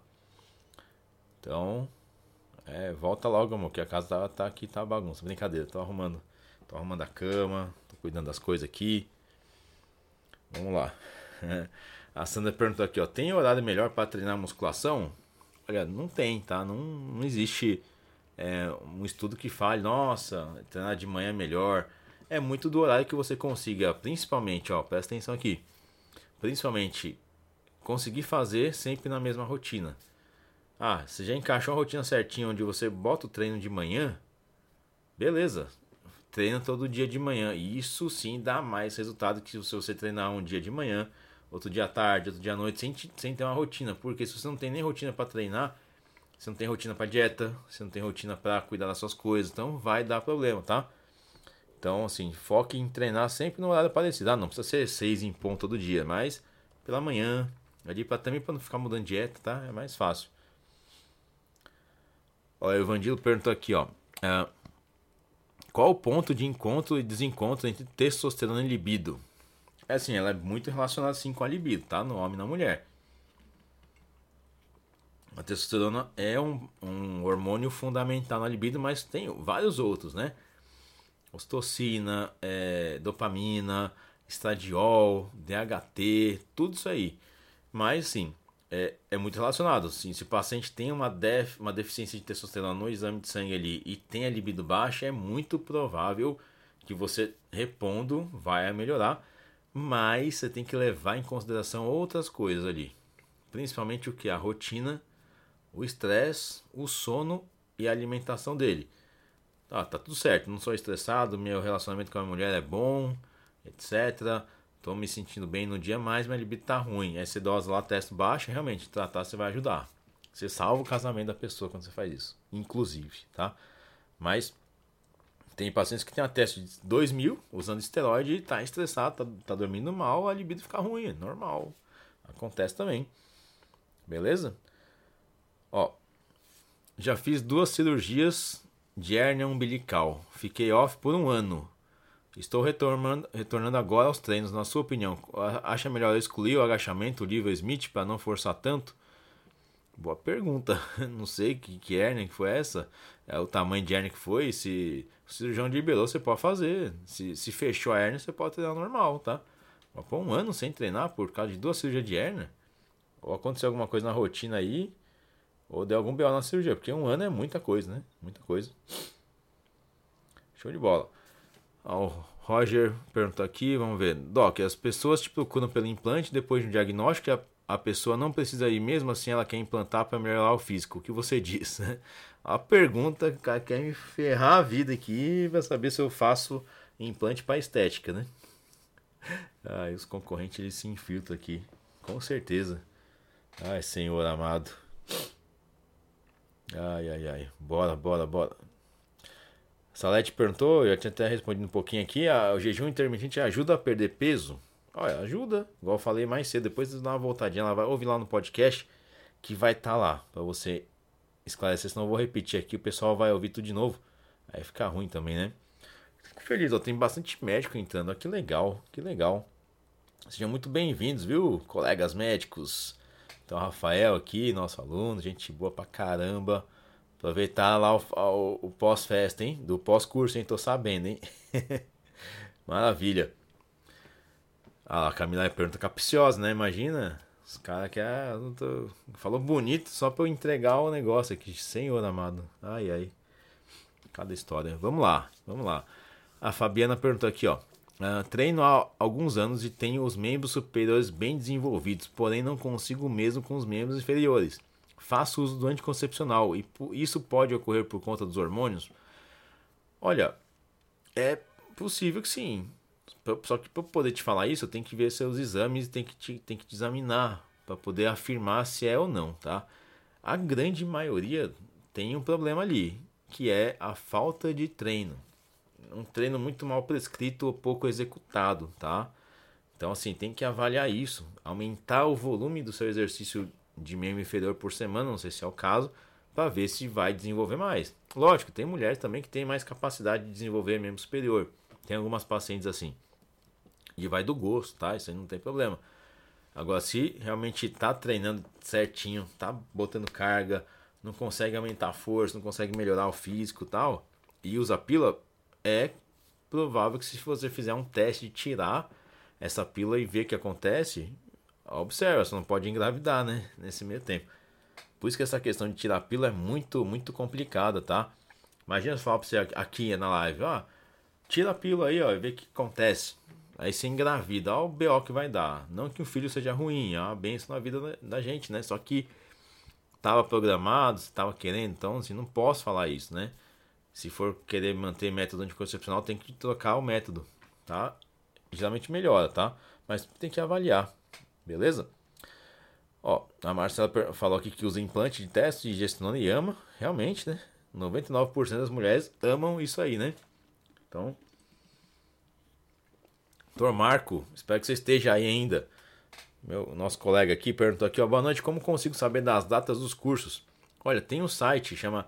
Então, volta logo, amor, que a casa tá aqui, tá bagunça. Brincadeira, tô arrumando a cama, tô cuidando das coisas aqui. Vamos lá. A Sandra perguntou aqui, ó, tem horário melhor para treinar musculação? Olha, não tem, tá? Não existe um estudo que fale, nossa, treinar de manhã é melhor. É muito do horário que você consiga, principalmente, ó, presta atenção aqui. Principalmente, conseguir fazer sempre na mesma rotina. Ah, você já encaixou a rotina certinha onde você bota o treino de manhã? Beleza, treina todo dia de manhã. E isso sim dá mais resultado que se você treinar um dia de manhã, outro dia à tarde, outro dia à noite, sem ter uma rotina. Porque se você não tem nem rotina para treinar, você não tem rotina para dieta, você não tem rotina para cuidar das suas coisas, então vai dar problema, tá? Então, assim, foque em treinar sempre no horário parecido. Não precisa ser 6 em ponto todo dia, mas pela manhã, ali também para não ficar mudando dieta, tá? É mais fácil. Olha, o Evandilo perguntou aqui, ó. Qual o ponto de encontro e desencontro entre testosterona e libido? É assim, ela é muito relacionada sim com a libido, tá? No homem e na mulher. A testosterona é um hormônio fundamental na libido, mas tem vários outros, né? Ocitocina, dopamina, estradiol, DHT, tudo isso aí. Mas, sim, é muito relacionado. Assim, se o paciente tem uma deficiência de testosterona no exame de sangue ali e tem a libido baixa, é muito provável que você repondo vai melhorar. Mas você tem que levar em consideração outras coisas ali. Principalmente o que? A rotina, o estresse, o sono e a alimentação dele. Tá tudo certo, não sou estressado, meu relacionamento com a minha mulher é bom, etc. Tô me sentindo bem no dia, mas minha libido tá ruim. Aí você dosa lá, testo baixo, realmente, tratar você vai ajudar. Você salva o casamento da pessoa quando você faz isso, inclusive, tá? Mas tem pacientes que tem uma teste de 2000 usando esteroide e tá estressado, tá dormindo mal, a libido fica ruim, é normal. Acontece também. Beleza? Ó, já fiz 2 cirurgias de hérnia umbilical. Fiquei off por 1 ano. Estou retornando agora aos treinos. Na sua opinião, acha melhor eu excluir o agachamento, o Liver Smith, para não forçar tanto? Boa pergunta. Não sei que hérnia que foi essa. É o tamanho de hérnia que foi. Se o cirurgião liberou, você pode fazer. Se fechou a hérnia, você pode treinar normal, tá? Mas pô, um ano sem treinar por causa de 2 cirurgias de hérnia? Ou aconteceu alguma coisa na rotina aí, ou deu algum BO na cirurgia. Porque um ano é muita coisa, né? Muita coisa. Show de bola. O Roger perguntou aqui, vamos ver. Doc, as pessoas te procuram pelo implante depois de um diagnóstico e a pessoa não precisa ir mesmo assim, ela quer implantar para melhorar o físico. O que você diz? A pergunta, o cara quer me ferrar a vida aqui para saber se eu faço implante para estética, né? Ah, e os concorrentes eles se infiltram aqui, com certeza. Ai, Senhor amado. Ai, ai, ai. Bora, bora, bora. Salete perguntou, eu já tinha até respondido um pouquinho aqui, o jejum intermitente ajuda a perder peso? Olha, ajuda, igual eu falei mais cedo, depois de dar uma voltadinha, ela vai ouvir lá no podcast, que vai estar lá, pra você esclarecer, senão eu vou repetir aqui, o pessoal vai ouvir tudo de novo, aí fica ruim também, né? Fico feliz, ó, tem bastante médico entrando, ó, que legal, que legal. Sejam muito bem-vindos, viu, colegas médicos. Então, Rafael aqui, nosso aluno, gente boa pra caramba. Aproveitar lá o pós-festa, hein? Do pós-curso, hein? Tô sabendo, hein? Maravilha. Ah, a Camila pergunta capciosa, né? Imagina. Os caras que falou bonito só pra eu entregar o negócio aqui. Senhor amado. Ai, ai. Cada história. Vamos lá, vamos lá. A Fabiana perguntou aqui, ó. Treino há alguns anos e tenho os membros superiores bem desenvolvidos, porém não consigo o mesmo com os membros inferiores. Faço uso do anticoncepcional e isso pode ocorrer por conta dos hormônios? Olha, é possível que sim. Só que para poder te falar isso, eu tenho que ver seus exames e tem que te examinar para poder afirmar se é ou não, tá? A grande maioria tem um problema ali, que é a falta de treino. Um treino muito mal prescrito ou pouco executado, tá? Então assim, tem que avaliar isso, aumentar o volume do seu exercício de membro inferior por semana, não sei se é o caso, para ver se vai desenvolver mais. Lógico, tem mulheres também que têm mais capacidade de desenvolver membro superior. Tem algumas pacientes assim. E vai do gosto, tá? Isso aí não tem problema. Agora, se realmente tá treinando certinho, tá botando carga, não consegue aumentar a força, não consegue melhorar o físico e tal, e usa pílula, é provável que se você fizer um teste de tirar essa pílula e ver o que acontece, observa, você não pode engravidar, né? Nesse meio tempo. Por isso que essa questão de tirar a pílula é muito, muito complicada, tá? Imagina eu falar pra você aqui na live, ó, tira a pílula aí, ó, e vê o que acontece. Aí você engravida, ó o BO que vai dar. Não que o filho seja ruim, é uma benção na vida da gente, né? Só que tava programado, você tava querendo, então assim, não posso falar isso, né? Se for querer manter método anticoncepcional, tem que trocar o método, tá? Geralmente melhora, tá? Mas tem que avaliar, beleza? Ó, a Marcela falou aqui que usa implante de teste de gestanona e ama. Realmente, né? 99% das mulheres amam isso aí, né? Então, Dr. Marco, espero que você esteja aí ainda. Nosso colega aqui perguntou aqui, ó, boa noite, como consigo saber das datas dos cursos? Olha, tem um site, chama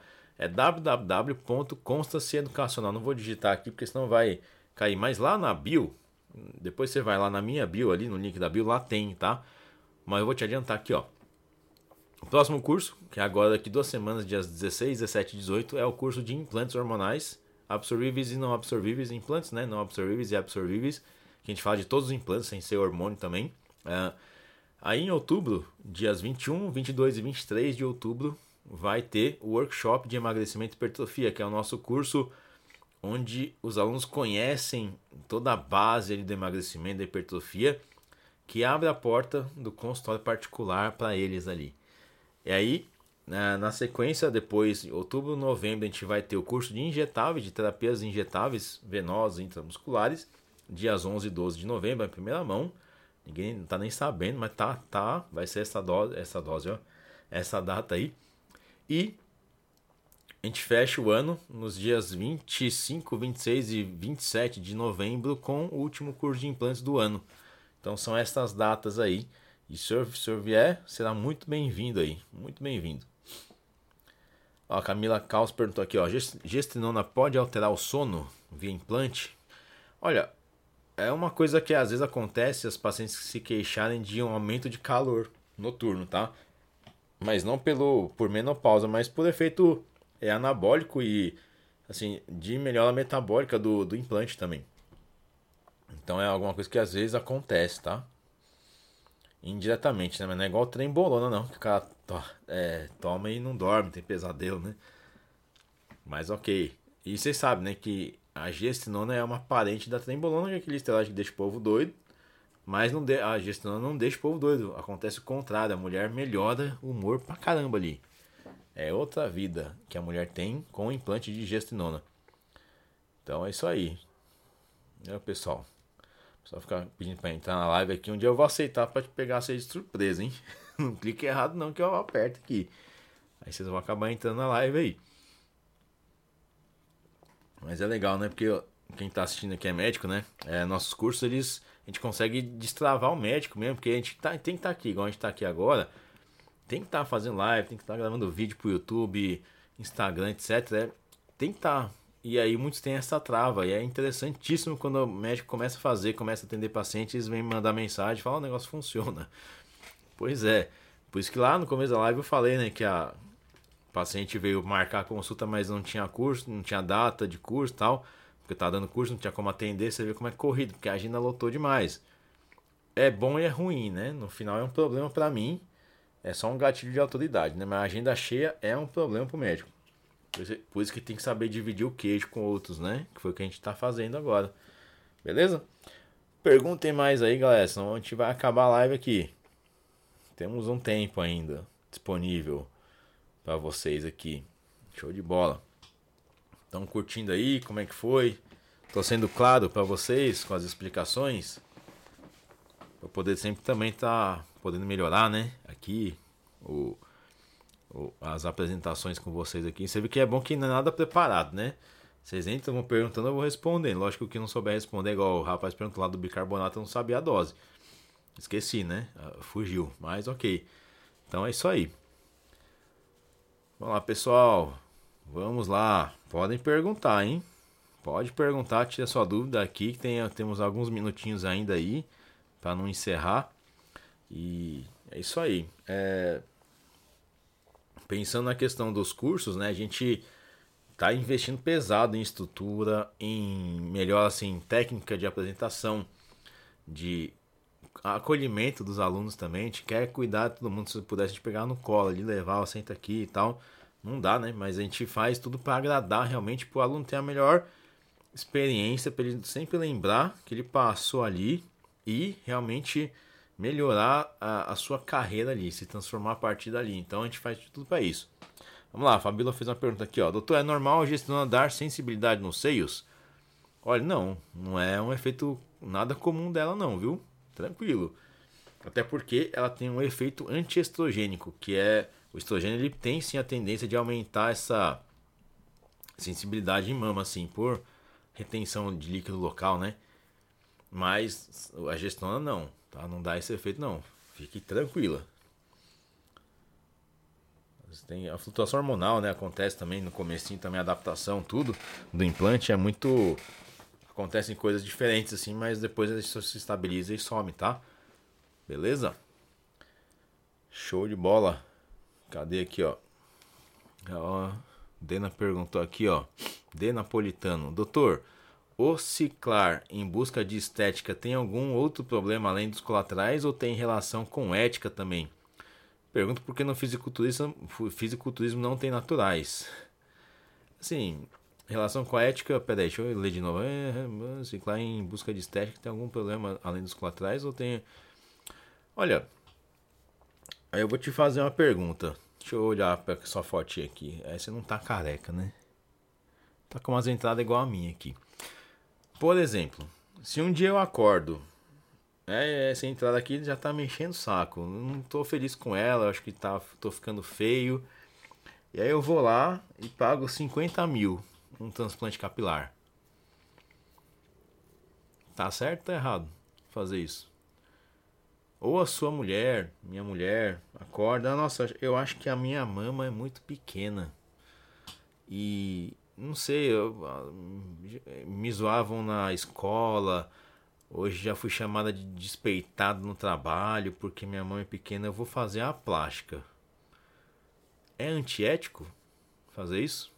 www.constancieeducacional. Não vou digitar aqui porque senão vai cair, mas lá na bio, depois você vai lá na minha bio ali, no link da bio, lá tem, tá? Mas eu vou te adiantar aqui, ó. O próximo curso, que é agora daqui 2 semanas, dias 16, 17 e 18, é o curso de implantes hormonais, absorvíveis e não absorvíveis, implantes, né? Não absorvíveis e absorvíveis, que a gente fala de todos os implantes, sem ser hormônio também. Aí em outubro, dias 21, 22 e 23 de outubro, vai ter o workshop de emagrecimento e hipertrofia, que é o nosso curso onde os alunos conhecem toda a base ali do emagrecimento e da hipertrofia, que abre a porta do consultório particular para eles ali. E aí, na sequência, depois, em outubro, novembro, a gente vai ter o curso de injetáveis, de terapias injetáveis venosas e intramusculares, dias 11 e 12 de novembro, em primeira mão. Ninguém não tá nem sabendo, mas vai ser essa dose, ó, essa data aí. E a gente fecha o ano nos dias 25, 26 e 27 de novembro com o último curso de implantes do ano. Então são essas datas aí. E se o senhor vier, será muito bem-vindo aí. Muito bem-vindo. Ó, a Camila Caos perguntou aqui, ó, gestrinona pode alterar o sono via implante? Olha, é uma coisa que às vezes acontece as pacientes se queixarem de um aumento de calor noturno, tá? Mas não por menopausa, mas por efeito anabólico e assim, de melhora metabólica do implante também. Então é alguma coisa que às vezes acontece, tá? Indiretamente, né? Mas não é igual trembolona, não. Que o cara toma e não dorme, tem pesadelo, né? Mas ok. E vocês sabem, né? Que a gestinona é uma parente da trembolona, que é aquele esteroide que deixa o povo doido. Mas a gestinona não deixa o povo doido. Acontece o contrário. A mulher melhora o humor pra caramba ali. É outra vida que a mulher tem com o implante de gestinona. Então é isso aí. Pessoal. Só ficar pedindo pra entrar na live aqui. Um dia eu vou aceitar pra te pegar vocês de surpresa, hein? Não clique errado não que eu aperto aqui. Aí vocês vão acabar entrando na live aí. Mas é legal, né? Porque quem tá assistindo aqui é médico, né? Nossos cursos, a gente consegue destravar o médico mesmo. Porque a gente tem que estar aqui, igual a gente tá aqui agora. Tem que estar fazendo live, tem que estar gravando vídeo pro YouTube, Instagram, etc. Tem que estar. E aí muitos têm essa trava. E é interessantíssimo quando o médico começa a fazer, começa a atender pacientes, eles vêm me mandar mensagem e falam, o negócio funciona. Pois é. Por isso que lá no começo da live eu falei, né, que a paciente veio marcar a consulta, mas não tinha curso, não tinha data de curso e tal. Porque tá dando curso, não tinha como atender, você vê como é corrido, porque a agenda lotou demais. É bom e é ruim, né? No final é um problema pra mim. É só um gatilho de autoridade, né? Mas a agenda cheia é um problema pro médico. Por isso que tem que saber dividir o queijo com outros, né? Que foi o que a gente tá fazendo agora. Beleza? Perguntem mais aí, galera. Senão a gente vai acabar a live aqui. Temos um tempo ainda disponível para vocês aqui. Show de bola. Estão curtindo aí? Como é que foi? Tô sendo claro para vocês com as explicações? Para poder sempre também estar podendo melhorar, né? Aqui as apresentações com vocês aqui. Você vê que é bom que não é nada preparado, né? Vocês entram, vão perguntando, eu vou respondendo. Lógico que não souber responder, igual o rapaz perguntou lá do bicarbonato, eu não sabia a dose. Esqueci, né? Fugiu, mas ok. Então é isso aí. Vamos lá, pessoal. Vamos lá. Podem perguntar, hein? Pode perguntar, tira sua dúvida aqui, que temos alguns minutinhos ainda aí, para não encerrar. E é isso aí. Pensando na questão dos cursos, né? A gente tá investindo pesado em estrutura, em melhor assim, técnica de apresentação, de acolhimento dos alunos também. A gente quer cuidar de todo mundo. Se pudesse pegar no colo, de levar, ó, senta aqui e tal. Não dá, né? Mas a gente faz tudo para agradar realmente, para o aluno ter a melhor experiência, para ele sempre lembrar que ele passou ali e realmente melhorar a sua carreira ali, se transformar a partir dali. Então a gente faz tudo para isso. Vamos lá, a Fabíola fez uma pergunta aqui, ó. Doutor, é normal a gestionar dar sensibilidade nos seios? Olha, não é um efeito nada comum dela não, viu? Tranquilo. Até porque ela tem um efeito antiestrogênico, que é o estrogênio, ele tem sim a tendência de aumentar essa sensibilidade em mama, assim, por retenção de líquido local, né? Mas a gestona não, tá? Não dá esse efeito não. Fique tranquila. Tem a flutuação hormonal, né? Acontece também no comecinho, também a adaptação, tudo do implante é muito... Acontecem coisas diferentes assim, mas depois isso se estabiliza e some, tá? Beleza? Show de bola. Cadê aqui, ó? Dena perguntou aqui, ó. D Napolitano. Doutor, o ciclar em busca de estética tem algum outro problema além dos colaterais ou tem relação com ética também? Pergunto porque no fisiculturismo não tem naturais. Assim, em relação com a ética, peraí, deixa eu ler de novo. Ciclar em busca de estética tem algum problema além dos colaterais ou tem... Olha, aí eu vou te fazer uma pergunta. Deixa eu olhar pra sua fotinha aqui. Aí você não tá careca, né? Tá com umas entradas igual a minha aqui. Por exemplo, se um dia eu acordo, essa entrada aqui já tá me enchendo o saco. Não tô feliz com ela, acho que tô ficando feio. E aí eu vou lá e pago 50 mil um transplante capilar. Tá certo ou tá errado fazer isso? Ou a sua mulher, minha mulher, acorda, nossa, eu acho que a minha mama é muito pequena. E não sei, me zoavam na escola. Hoje já fui chamada de despeitado no trabalho porque minha mão é pequena. Eu vou fazer a plástica. É antiético fazer isso?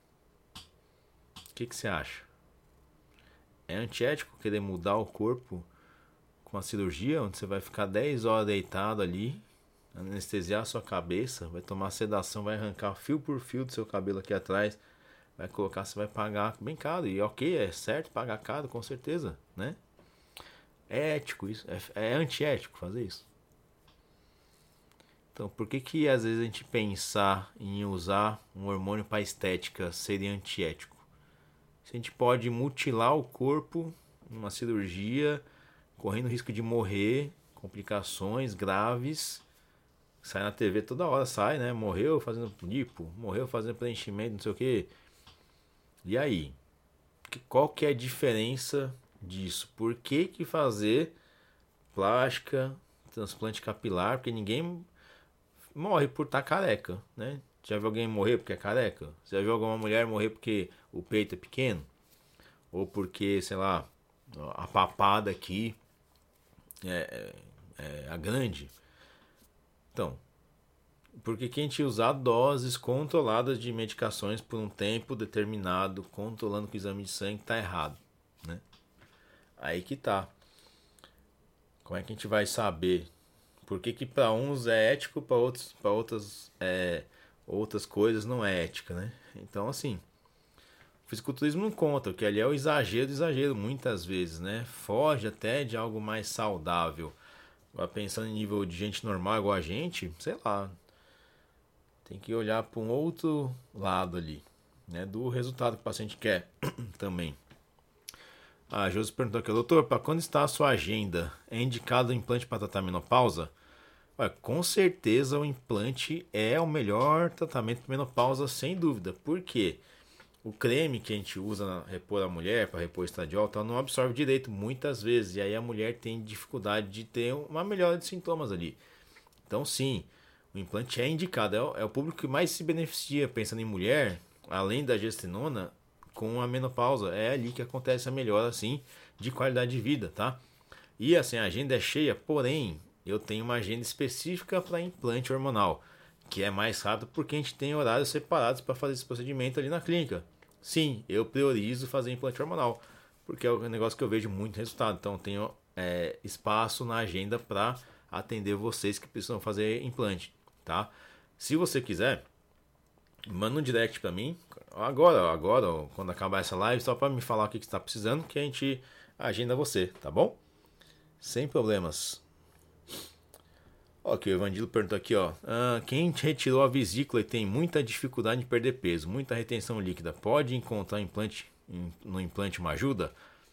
O que você acha? É antiético querer mudar o corpo com a cirurgia, onde você vai ficar 10 horas deitado ali, anestesiar a sua cabeça, vai tomar sedação, vai arrancar fio por fio do seu cabelo aqui atrás, vai colocar, você vai pagar bem caro. E ok, é certo pagar caro, com certeza, né? É ético isso, é antiético fazer isso. Então, por que às vezes a gente pensar em usar um hormônio para estética seria antiético? Se a gente pode mutilar o corpo numa cirurgia, correndo o risco de morrer, complicações graves, sai na TV toda hora, sai, né? Morreu fazendo lipo, morreu fazendo preenchimento, não sei o que. E aí? Qual que é a diferença disso? Por que fazer plástica, transplante capilar? Porque ninguém morre por estar careca, né? Já viu alguém morrer porque é careca? Já viu alguma mulher morrer porque o peito é pequeno? Ou porque, sei lá, a papada aqui é a grande? Então, porque que a gente usar doses controladas de medicações por um tempo determinado, controlando que o exame de sangue está errado, né? Aí que tá. Como é que a gente vai saber? Por que para uns é ético, para outros, para outras coisas não é ética, né? Então, assim, o fisiculturismo não conta, porque ali é o exagero do exagero, muitas vezes, né? Foge até de algo mais saudável. Agora, pensando em nível de gente normal igual a gente, sei lá, tem que olhar para um outro lado ali, né? Do resultado que o paciente quer também. A Josi perguntou aqui, doutor, para quando está a sua agenda? É indicado o implante para tratar menopausa? Ué, com certeza o implante é o melhor tratamento para menopausa, sem dúvida. Por quê? O creme que a gente usa para repor a mulher, para repor o estradiol, tal, não absorve direito muitas vezes. E aí a mulher tem dificuldade de ter uma melhora de sintomas ali. Então sim, o implante é indicado. É o público que mais se beneficia, pensando em mulher, além da gestrinona, com a menopausa. É ali que acontece a melhora, assim, de qualidade de vida, tá? E assim, a agenda é cheia, porém, eu tenho uma agenda específica para implante hormonal, que é mais rápido porque a gente tem horários separados para fazer esse procedimento ali na clínica. Sim, eu priorizo fazer implante hormonal, porque é um negócio que eu vejo muito resultado. Então, eu tenho espaço na agenda para atender vocês que precisam fazer implante, tá? Se você quiser, manda um direct para mim, agora, quando acabar essa live, só para me falar o que você está precisando, que a gente agenda você, tá bom? Sem problemas. Ok, o Evandilo perguntou aqui, ó. Quem retirou a vesícula e tem muita dificuldade em perder peso, muita retenção líquida, pode encontrar no implante uma ajuda?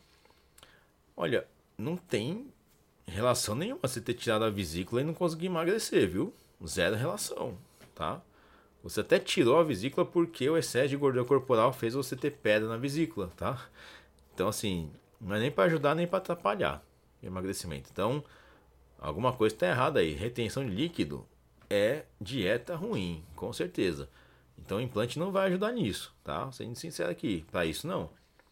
Olha, não tem relação nenhuma você ter tirado a vesícula e não conseguir emagrecer, viu? Zero relação, tá? Você até tirou a vesícula porque o excesso de gordura corporal fez você ter pedra na vesícula, tá? Então, assim, não é nem para ajudar nem para atrapalhar o emagrecimento. Então, alguma coisa está errada aí. Retenção de líquido é dieta ruim, com certeza. Então o implante não vai ajudar nisso, tá? Sendo sincero aqui, para isso não.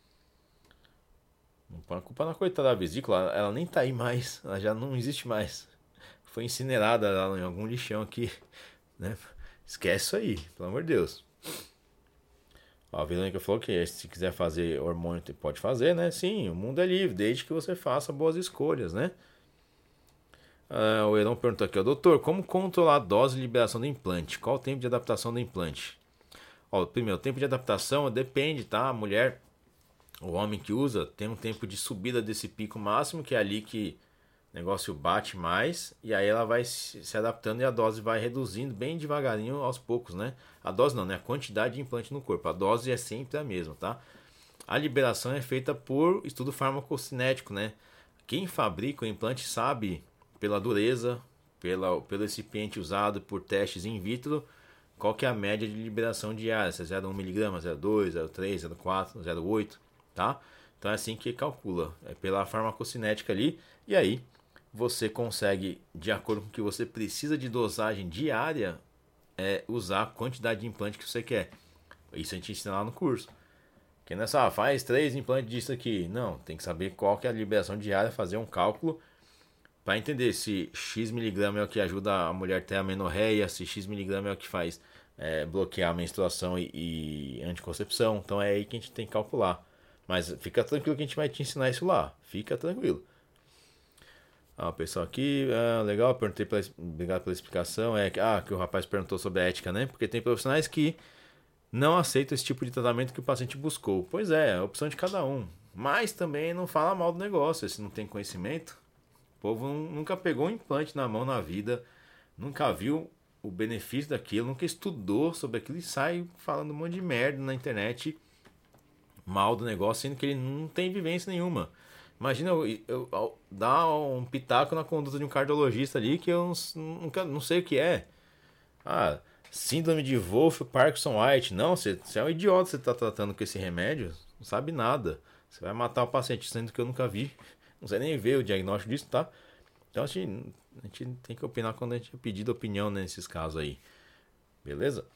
Não põe a culpa na coitada da vesícula, ela nem tá aí mais, ela já não existe mais. Foi incinerada lá em algum lixão aqui, né? Esquece isso aí, pelo amor de Deus. Ó, a Verônica falou que se quiser fazer hormônio, pode fazer, né? Sim, o mundo é livre, desde que você faça boas escolhas, né? O Heron perguntou aqui, ó, doutor, como controlar a dose de liberação do implante? Qual o tempo de adaptação do implante? Ó, primeiro, o tempo de adaptação depende, tá? A mulher, o homem que usa, tem um tempo de subida desse pico máximo, que é ali que o negócio bate mais, e aí ela vai se adaptando e a dose vai reduzindo bem devagarinho aos poucos, né? A dose não, né? A quantidade de implante no corpo. A dose é sempre a mesma, tá? A liberação é feita por estudo farmacocinético, né? Quem fabrica o implante sabe, pela dureza, pelo recipiente usado, por testes in vitro, qual que é a média de liberação diária, se é 0,1mg, 0,2, 0,3, 0,4, 0,8, tá? Então é assim que calcula, é pela farmacocinética ali, e aí você consegue, de acordo com o que você precisa de dosagem diária, usar a quantidade de implante que você quer. Isso a gente ensina lá no curso. Que não é só, faz 3 implantes disso aqui. Não, tem que saber qual que é a liberação diária, fazer um cálculo para entender se X miligrama é o que ajuda a mulher a ter amenorreia, se X miligrama é o que faz bloquear a menstruação e anticoncepção. Então é aí que a gente tem que calcular. Mas fica tranquilo que a gente vai te ensinar isso lá. Fica tranquilo. O pessoal aqui, legal, perguntei obrigado pela explicação. Que o rapaz perguntou sobre a ética, né? Porque tem profissionais que não aceitam esse tipo de tratamento que o paciente buscou. Pois é a opção de cada um. Mas também não fala mal do negócio, se não tem conhecimento. O povo nunca pegou um implante na mão na vida, nunca viu o benefício daquilo, nunca estudou sobre aquilo e sai falando um monte de merda na internet mal do negócio, sendo que ele não tem vivência nenhuma. Imagina eu dar um pitaco na conduta de um cardiologista ali que eu nunca não sei o que é. Síndrome de Wolff-Parkinson-White. Não, você é um idiota, você está tratando com esse remédio, não sabe nada. Você vai matar o paciente, sendo que eu nunca vi. Não sei nem ver o diagnóstico disso, tá? Então a gente tem que opinar quando a gente é pedido opinião nesses casos aí. Beleza?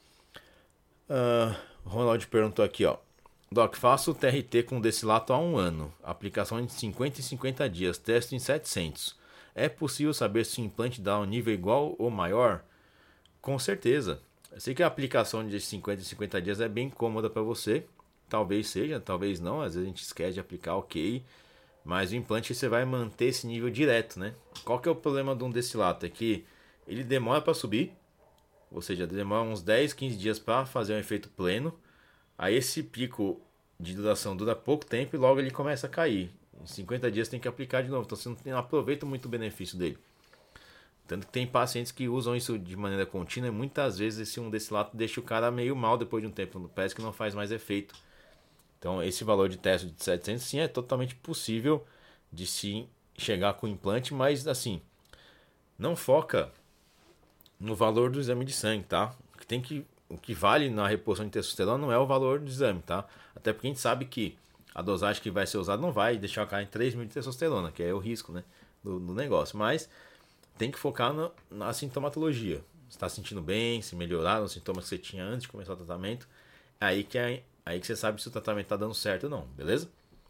O Ronald perguntou aqui, ó. Doc, faço o TRT com Desilato há 1 ano. Aplicação de 50 em 50 dias. Testo em 700. É possível saber se o implante dá um nível igual ou maior? Com certeza. Eu sei que a aplicação de 50 em 50 dias é bem cômoda para você. Talvez seja, talvez não. Às vezes a gente esquece de aplicar, ok. Mas o implante você vai manter esse nível direto, né? Qual que é o problema de um Desilato? É que ele demora para subir. Ou seja, demora uns 10, 15 dias para fazer um efeito pleno. Aí esse pico de duração dura pouco tempo e logo ele começa a cair. Em 50 dias tem que aplicar de novo. Então você não aproveita muito o benefício dele. Tanto que tem pacientes que usam isso de maneira contínua e muitas vezes esse Desilato deixa o cara meio mal depois de um tempo. Parece que não faz mais efeito. Então esse valor de teste de 700 sim é totalmente possível de se chegar com o implante, mas assim, não foca no valor do exame de sangue, tá? O que vale na reposição de testosterona não é o valor do exame, tá? Até porque a gente sabe que a dosagem que vai ser usada não vai deixar o cara em 3.000 de testosterona, que é o risco, né, do negócio. Mas tem que focar na sintomatologia. Você está se sentindo bem, se melhoraram os sintomas que você tinha antes de começar o tratamento. É aí que você sabe se o tratamento está dando certo ou não, beleza?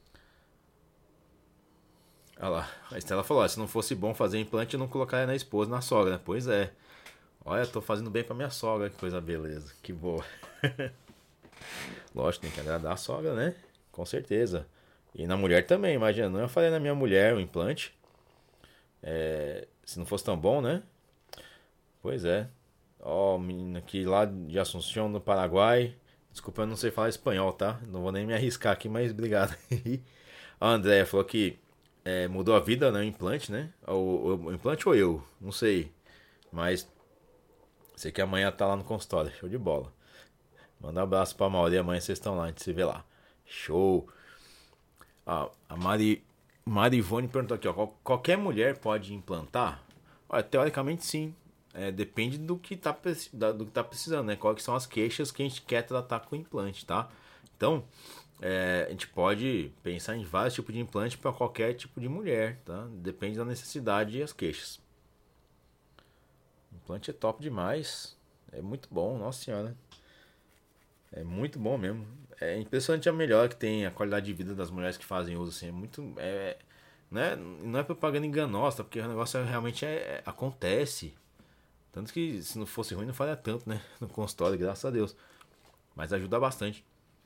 Olha lá, a Estela falou, se não fosse bom fazer implante, eu não colocaria na esposa, na sogra. Pois é. Olha, tô fazendo bem pra minha sogra, que coisa beleza, que boa. Lógico, tem que agradar a sogra, né? Com certeza. E na mulher também, imagina, não eu falei na minha mulher o implante. Se não fosse tão bom, né? Pois é. Ó, menina aqui lá de Assunção, no Paraguai. Desculpa, eu não sei falar espanhol, tá? Não vou nem me arriscar aqui, mas obrigado. A Andréia falou que mudou a vida, né? O implante, né? O implante ou eu? Não sei. Mas sei que amanhã tá lá no consultório. Show de bola. Manda um abraço pra Mauri. Amanhã vocês estão lá, a gente se vê lá. Show. A Marivone perguntou aqui, ó. Qualquer mulher pode implantar? Olha, teoricamente sim. Depende do que tá precisando, né? Quais que são as queixas que a gente quer tratar com o implante, tá? Então, a gente pode pensar em vários tipos de implante para qualquer tipo de mulher, tá? Depende da necessidade e as queixas. O implante é top demais. É muito bom, nossa senhora. É muito bom mesmo. É impressionante a melhora que tem a qualidade de vida das mulheres que fazem uso, assim. É muito. Não é propaganda enganosa, porque o negócio realmente acontece. Tanto que se não fosse ruim não faria tanto, né? No consultório, graças a Deus. Mas ajuda bastante.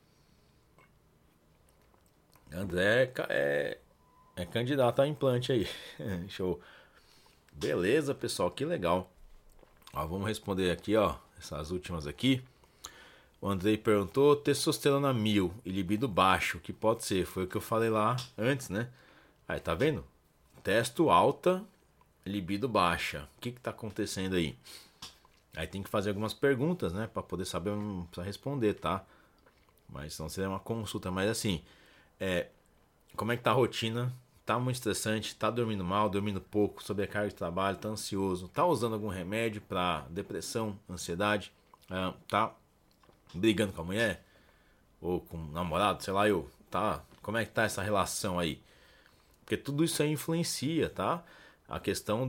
André é candidato a implante aí. Show. Beleza, pessoal, que legal. Vamos responder aqui, ó. Essas últimas aqui. O Andrei perguntou: testosterona 1000 e libido baixo, que pode ser? Foi o que eu falei lá antes, né? Aí, tá vendo? Testo alta, libido baixa. O que tá acontecendo aí? Aí tem que fazer algumas perguntas, né? Pra poder saber, pra responder, tá? Mas não seria uma consulta. Mas assim, como é que tá a rotina? Tá muito estressante? Tá dormindo mal, dormindo pouco, sobrecarga de trabalho, tá ansioso? Tá usando algum remédio pra depressão, ansiedade? Tá brigando com a mulher? Ou com o namorado, sei lá, tá? Como é que tá essa relação aí? Porque tudo isso aí influencia, tá? A questão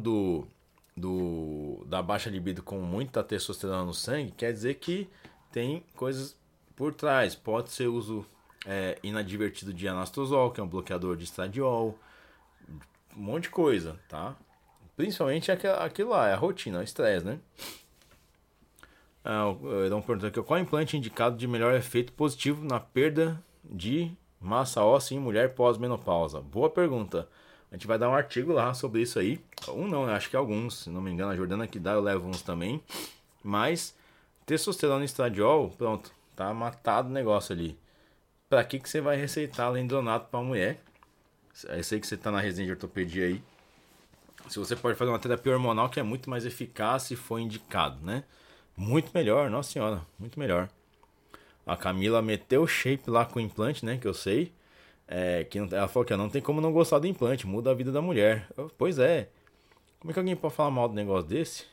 da baixa libido com muita testosterona no sangue quer dizer que tem coisas por trás. Pode ser uso inadvertido de anastrozol, que é um bloqueador de estradiol, um monte de coisa, tá? Principalmente aquilo lá, é a rotina, o estresse, né? Eu dou uma pergunta aqui. Qual implante indicado de melhor efeito positivo na perda de massa óssea em mulher pós-menopausa? Boa pergunta. A gente vai dar um artigo lá sobre isso aí. Não, acho que alguns. Se não me engano, a Jordana que dá, eu levo uns também. Mas testosterona e estradiol, pronto. Tá matado o negócio ali. Pra que você vai receitar lendronato pra mulher? Eu sei que você tá na resenha de ortopedia aí. Se você pode fazer uma terapia hormonal que é muito mais eficaz se for indicado, né? Muito melhor, nossa senhora, muito melhor. A Camila meteu o shape lá com o implante, né? Que eu sei. Ela falou que não tem como não gostar do implante, muda a vida da mulher. Pois é. Como é que alguém pode falar mal do negócio desse?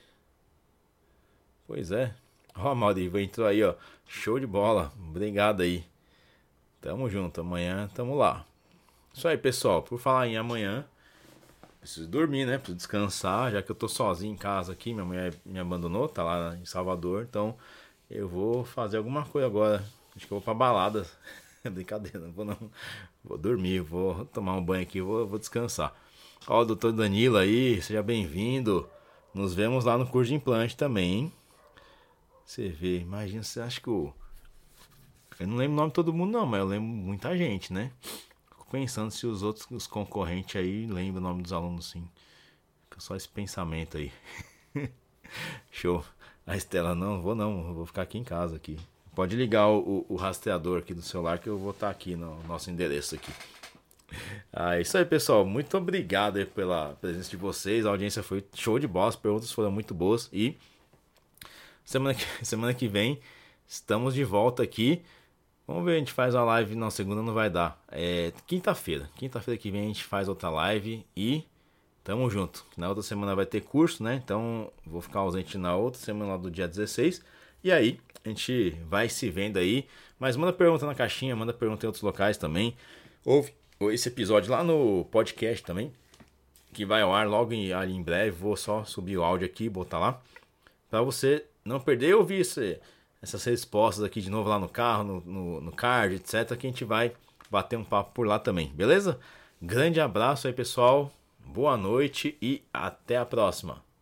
Pois é. Ó, Maurício, entrou aí, ó. Show de bola. Obrigado aí. Tamo junto. Amanhã tamo lá. Isso aí, pessoal. Por falar em amanhã, preciso dormir, né? Preciso descansar, já que eu tô sozinho em casa aqui. Minha mulher me abandonou, tá lá em Salvador. Então, eu vou fazer alguma coisa agora. Acho que eu vou pra balada. Brincadeira, não vou não. Vou dormir, vou tomar um banho aqui, vou descansar. Ó, o doutor Danilo aí, seja bem-vindo. Nos vemos lá no curso de implante também, hein? Você vê, imagina, você acha que eu não lembro o nome de todo mundo não, mas eu lembro muita gente, né? Fico pensando se os concorrentes aí lembram o nome dos alunos sim. Fica só esse pensamento aí. Show. A Estela, não vou ficar aqui em casa aqui. Pode ligar o rastreador aqui do celular que eu vou estar aqui no nosso endereço aqui. É isso aí, pessoal. Muito obrigado aí pela presença de vocês. A audiência foi show de bola, as perguntas foram muito boas. E semana que vem estamos de volta aqui. Vamos ver, a gente faz uma live. Não, segunda não vai dar. Quinta-feira. Quinta-feira que vem a gente faz outra live e tamo junto. Na outra semana vai ter curso, né? Então vou ficar ausente na outra semana lá do dia 16. E aí, a gente vai se vendo aí. Mas manda pergunta na caixinha, manda pergunta em outros locais também. Ouve esse episódio lá no podcast também, que vai ao ar logo ali em breve. Vou só subir o áudio aqui e botar lá, pra você não perder e ouvir essas respostas aqui de novo lá no carro, no card, etc. Que a gente vai bater um papo por lá também, beleza? Grande abraço aí, pessoal. Boa noite e até a próxima.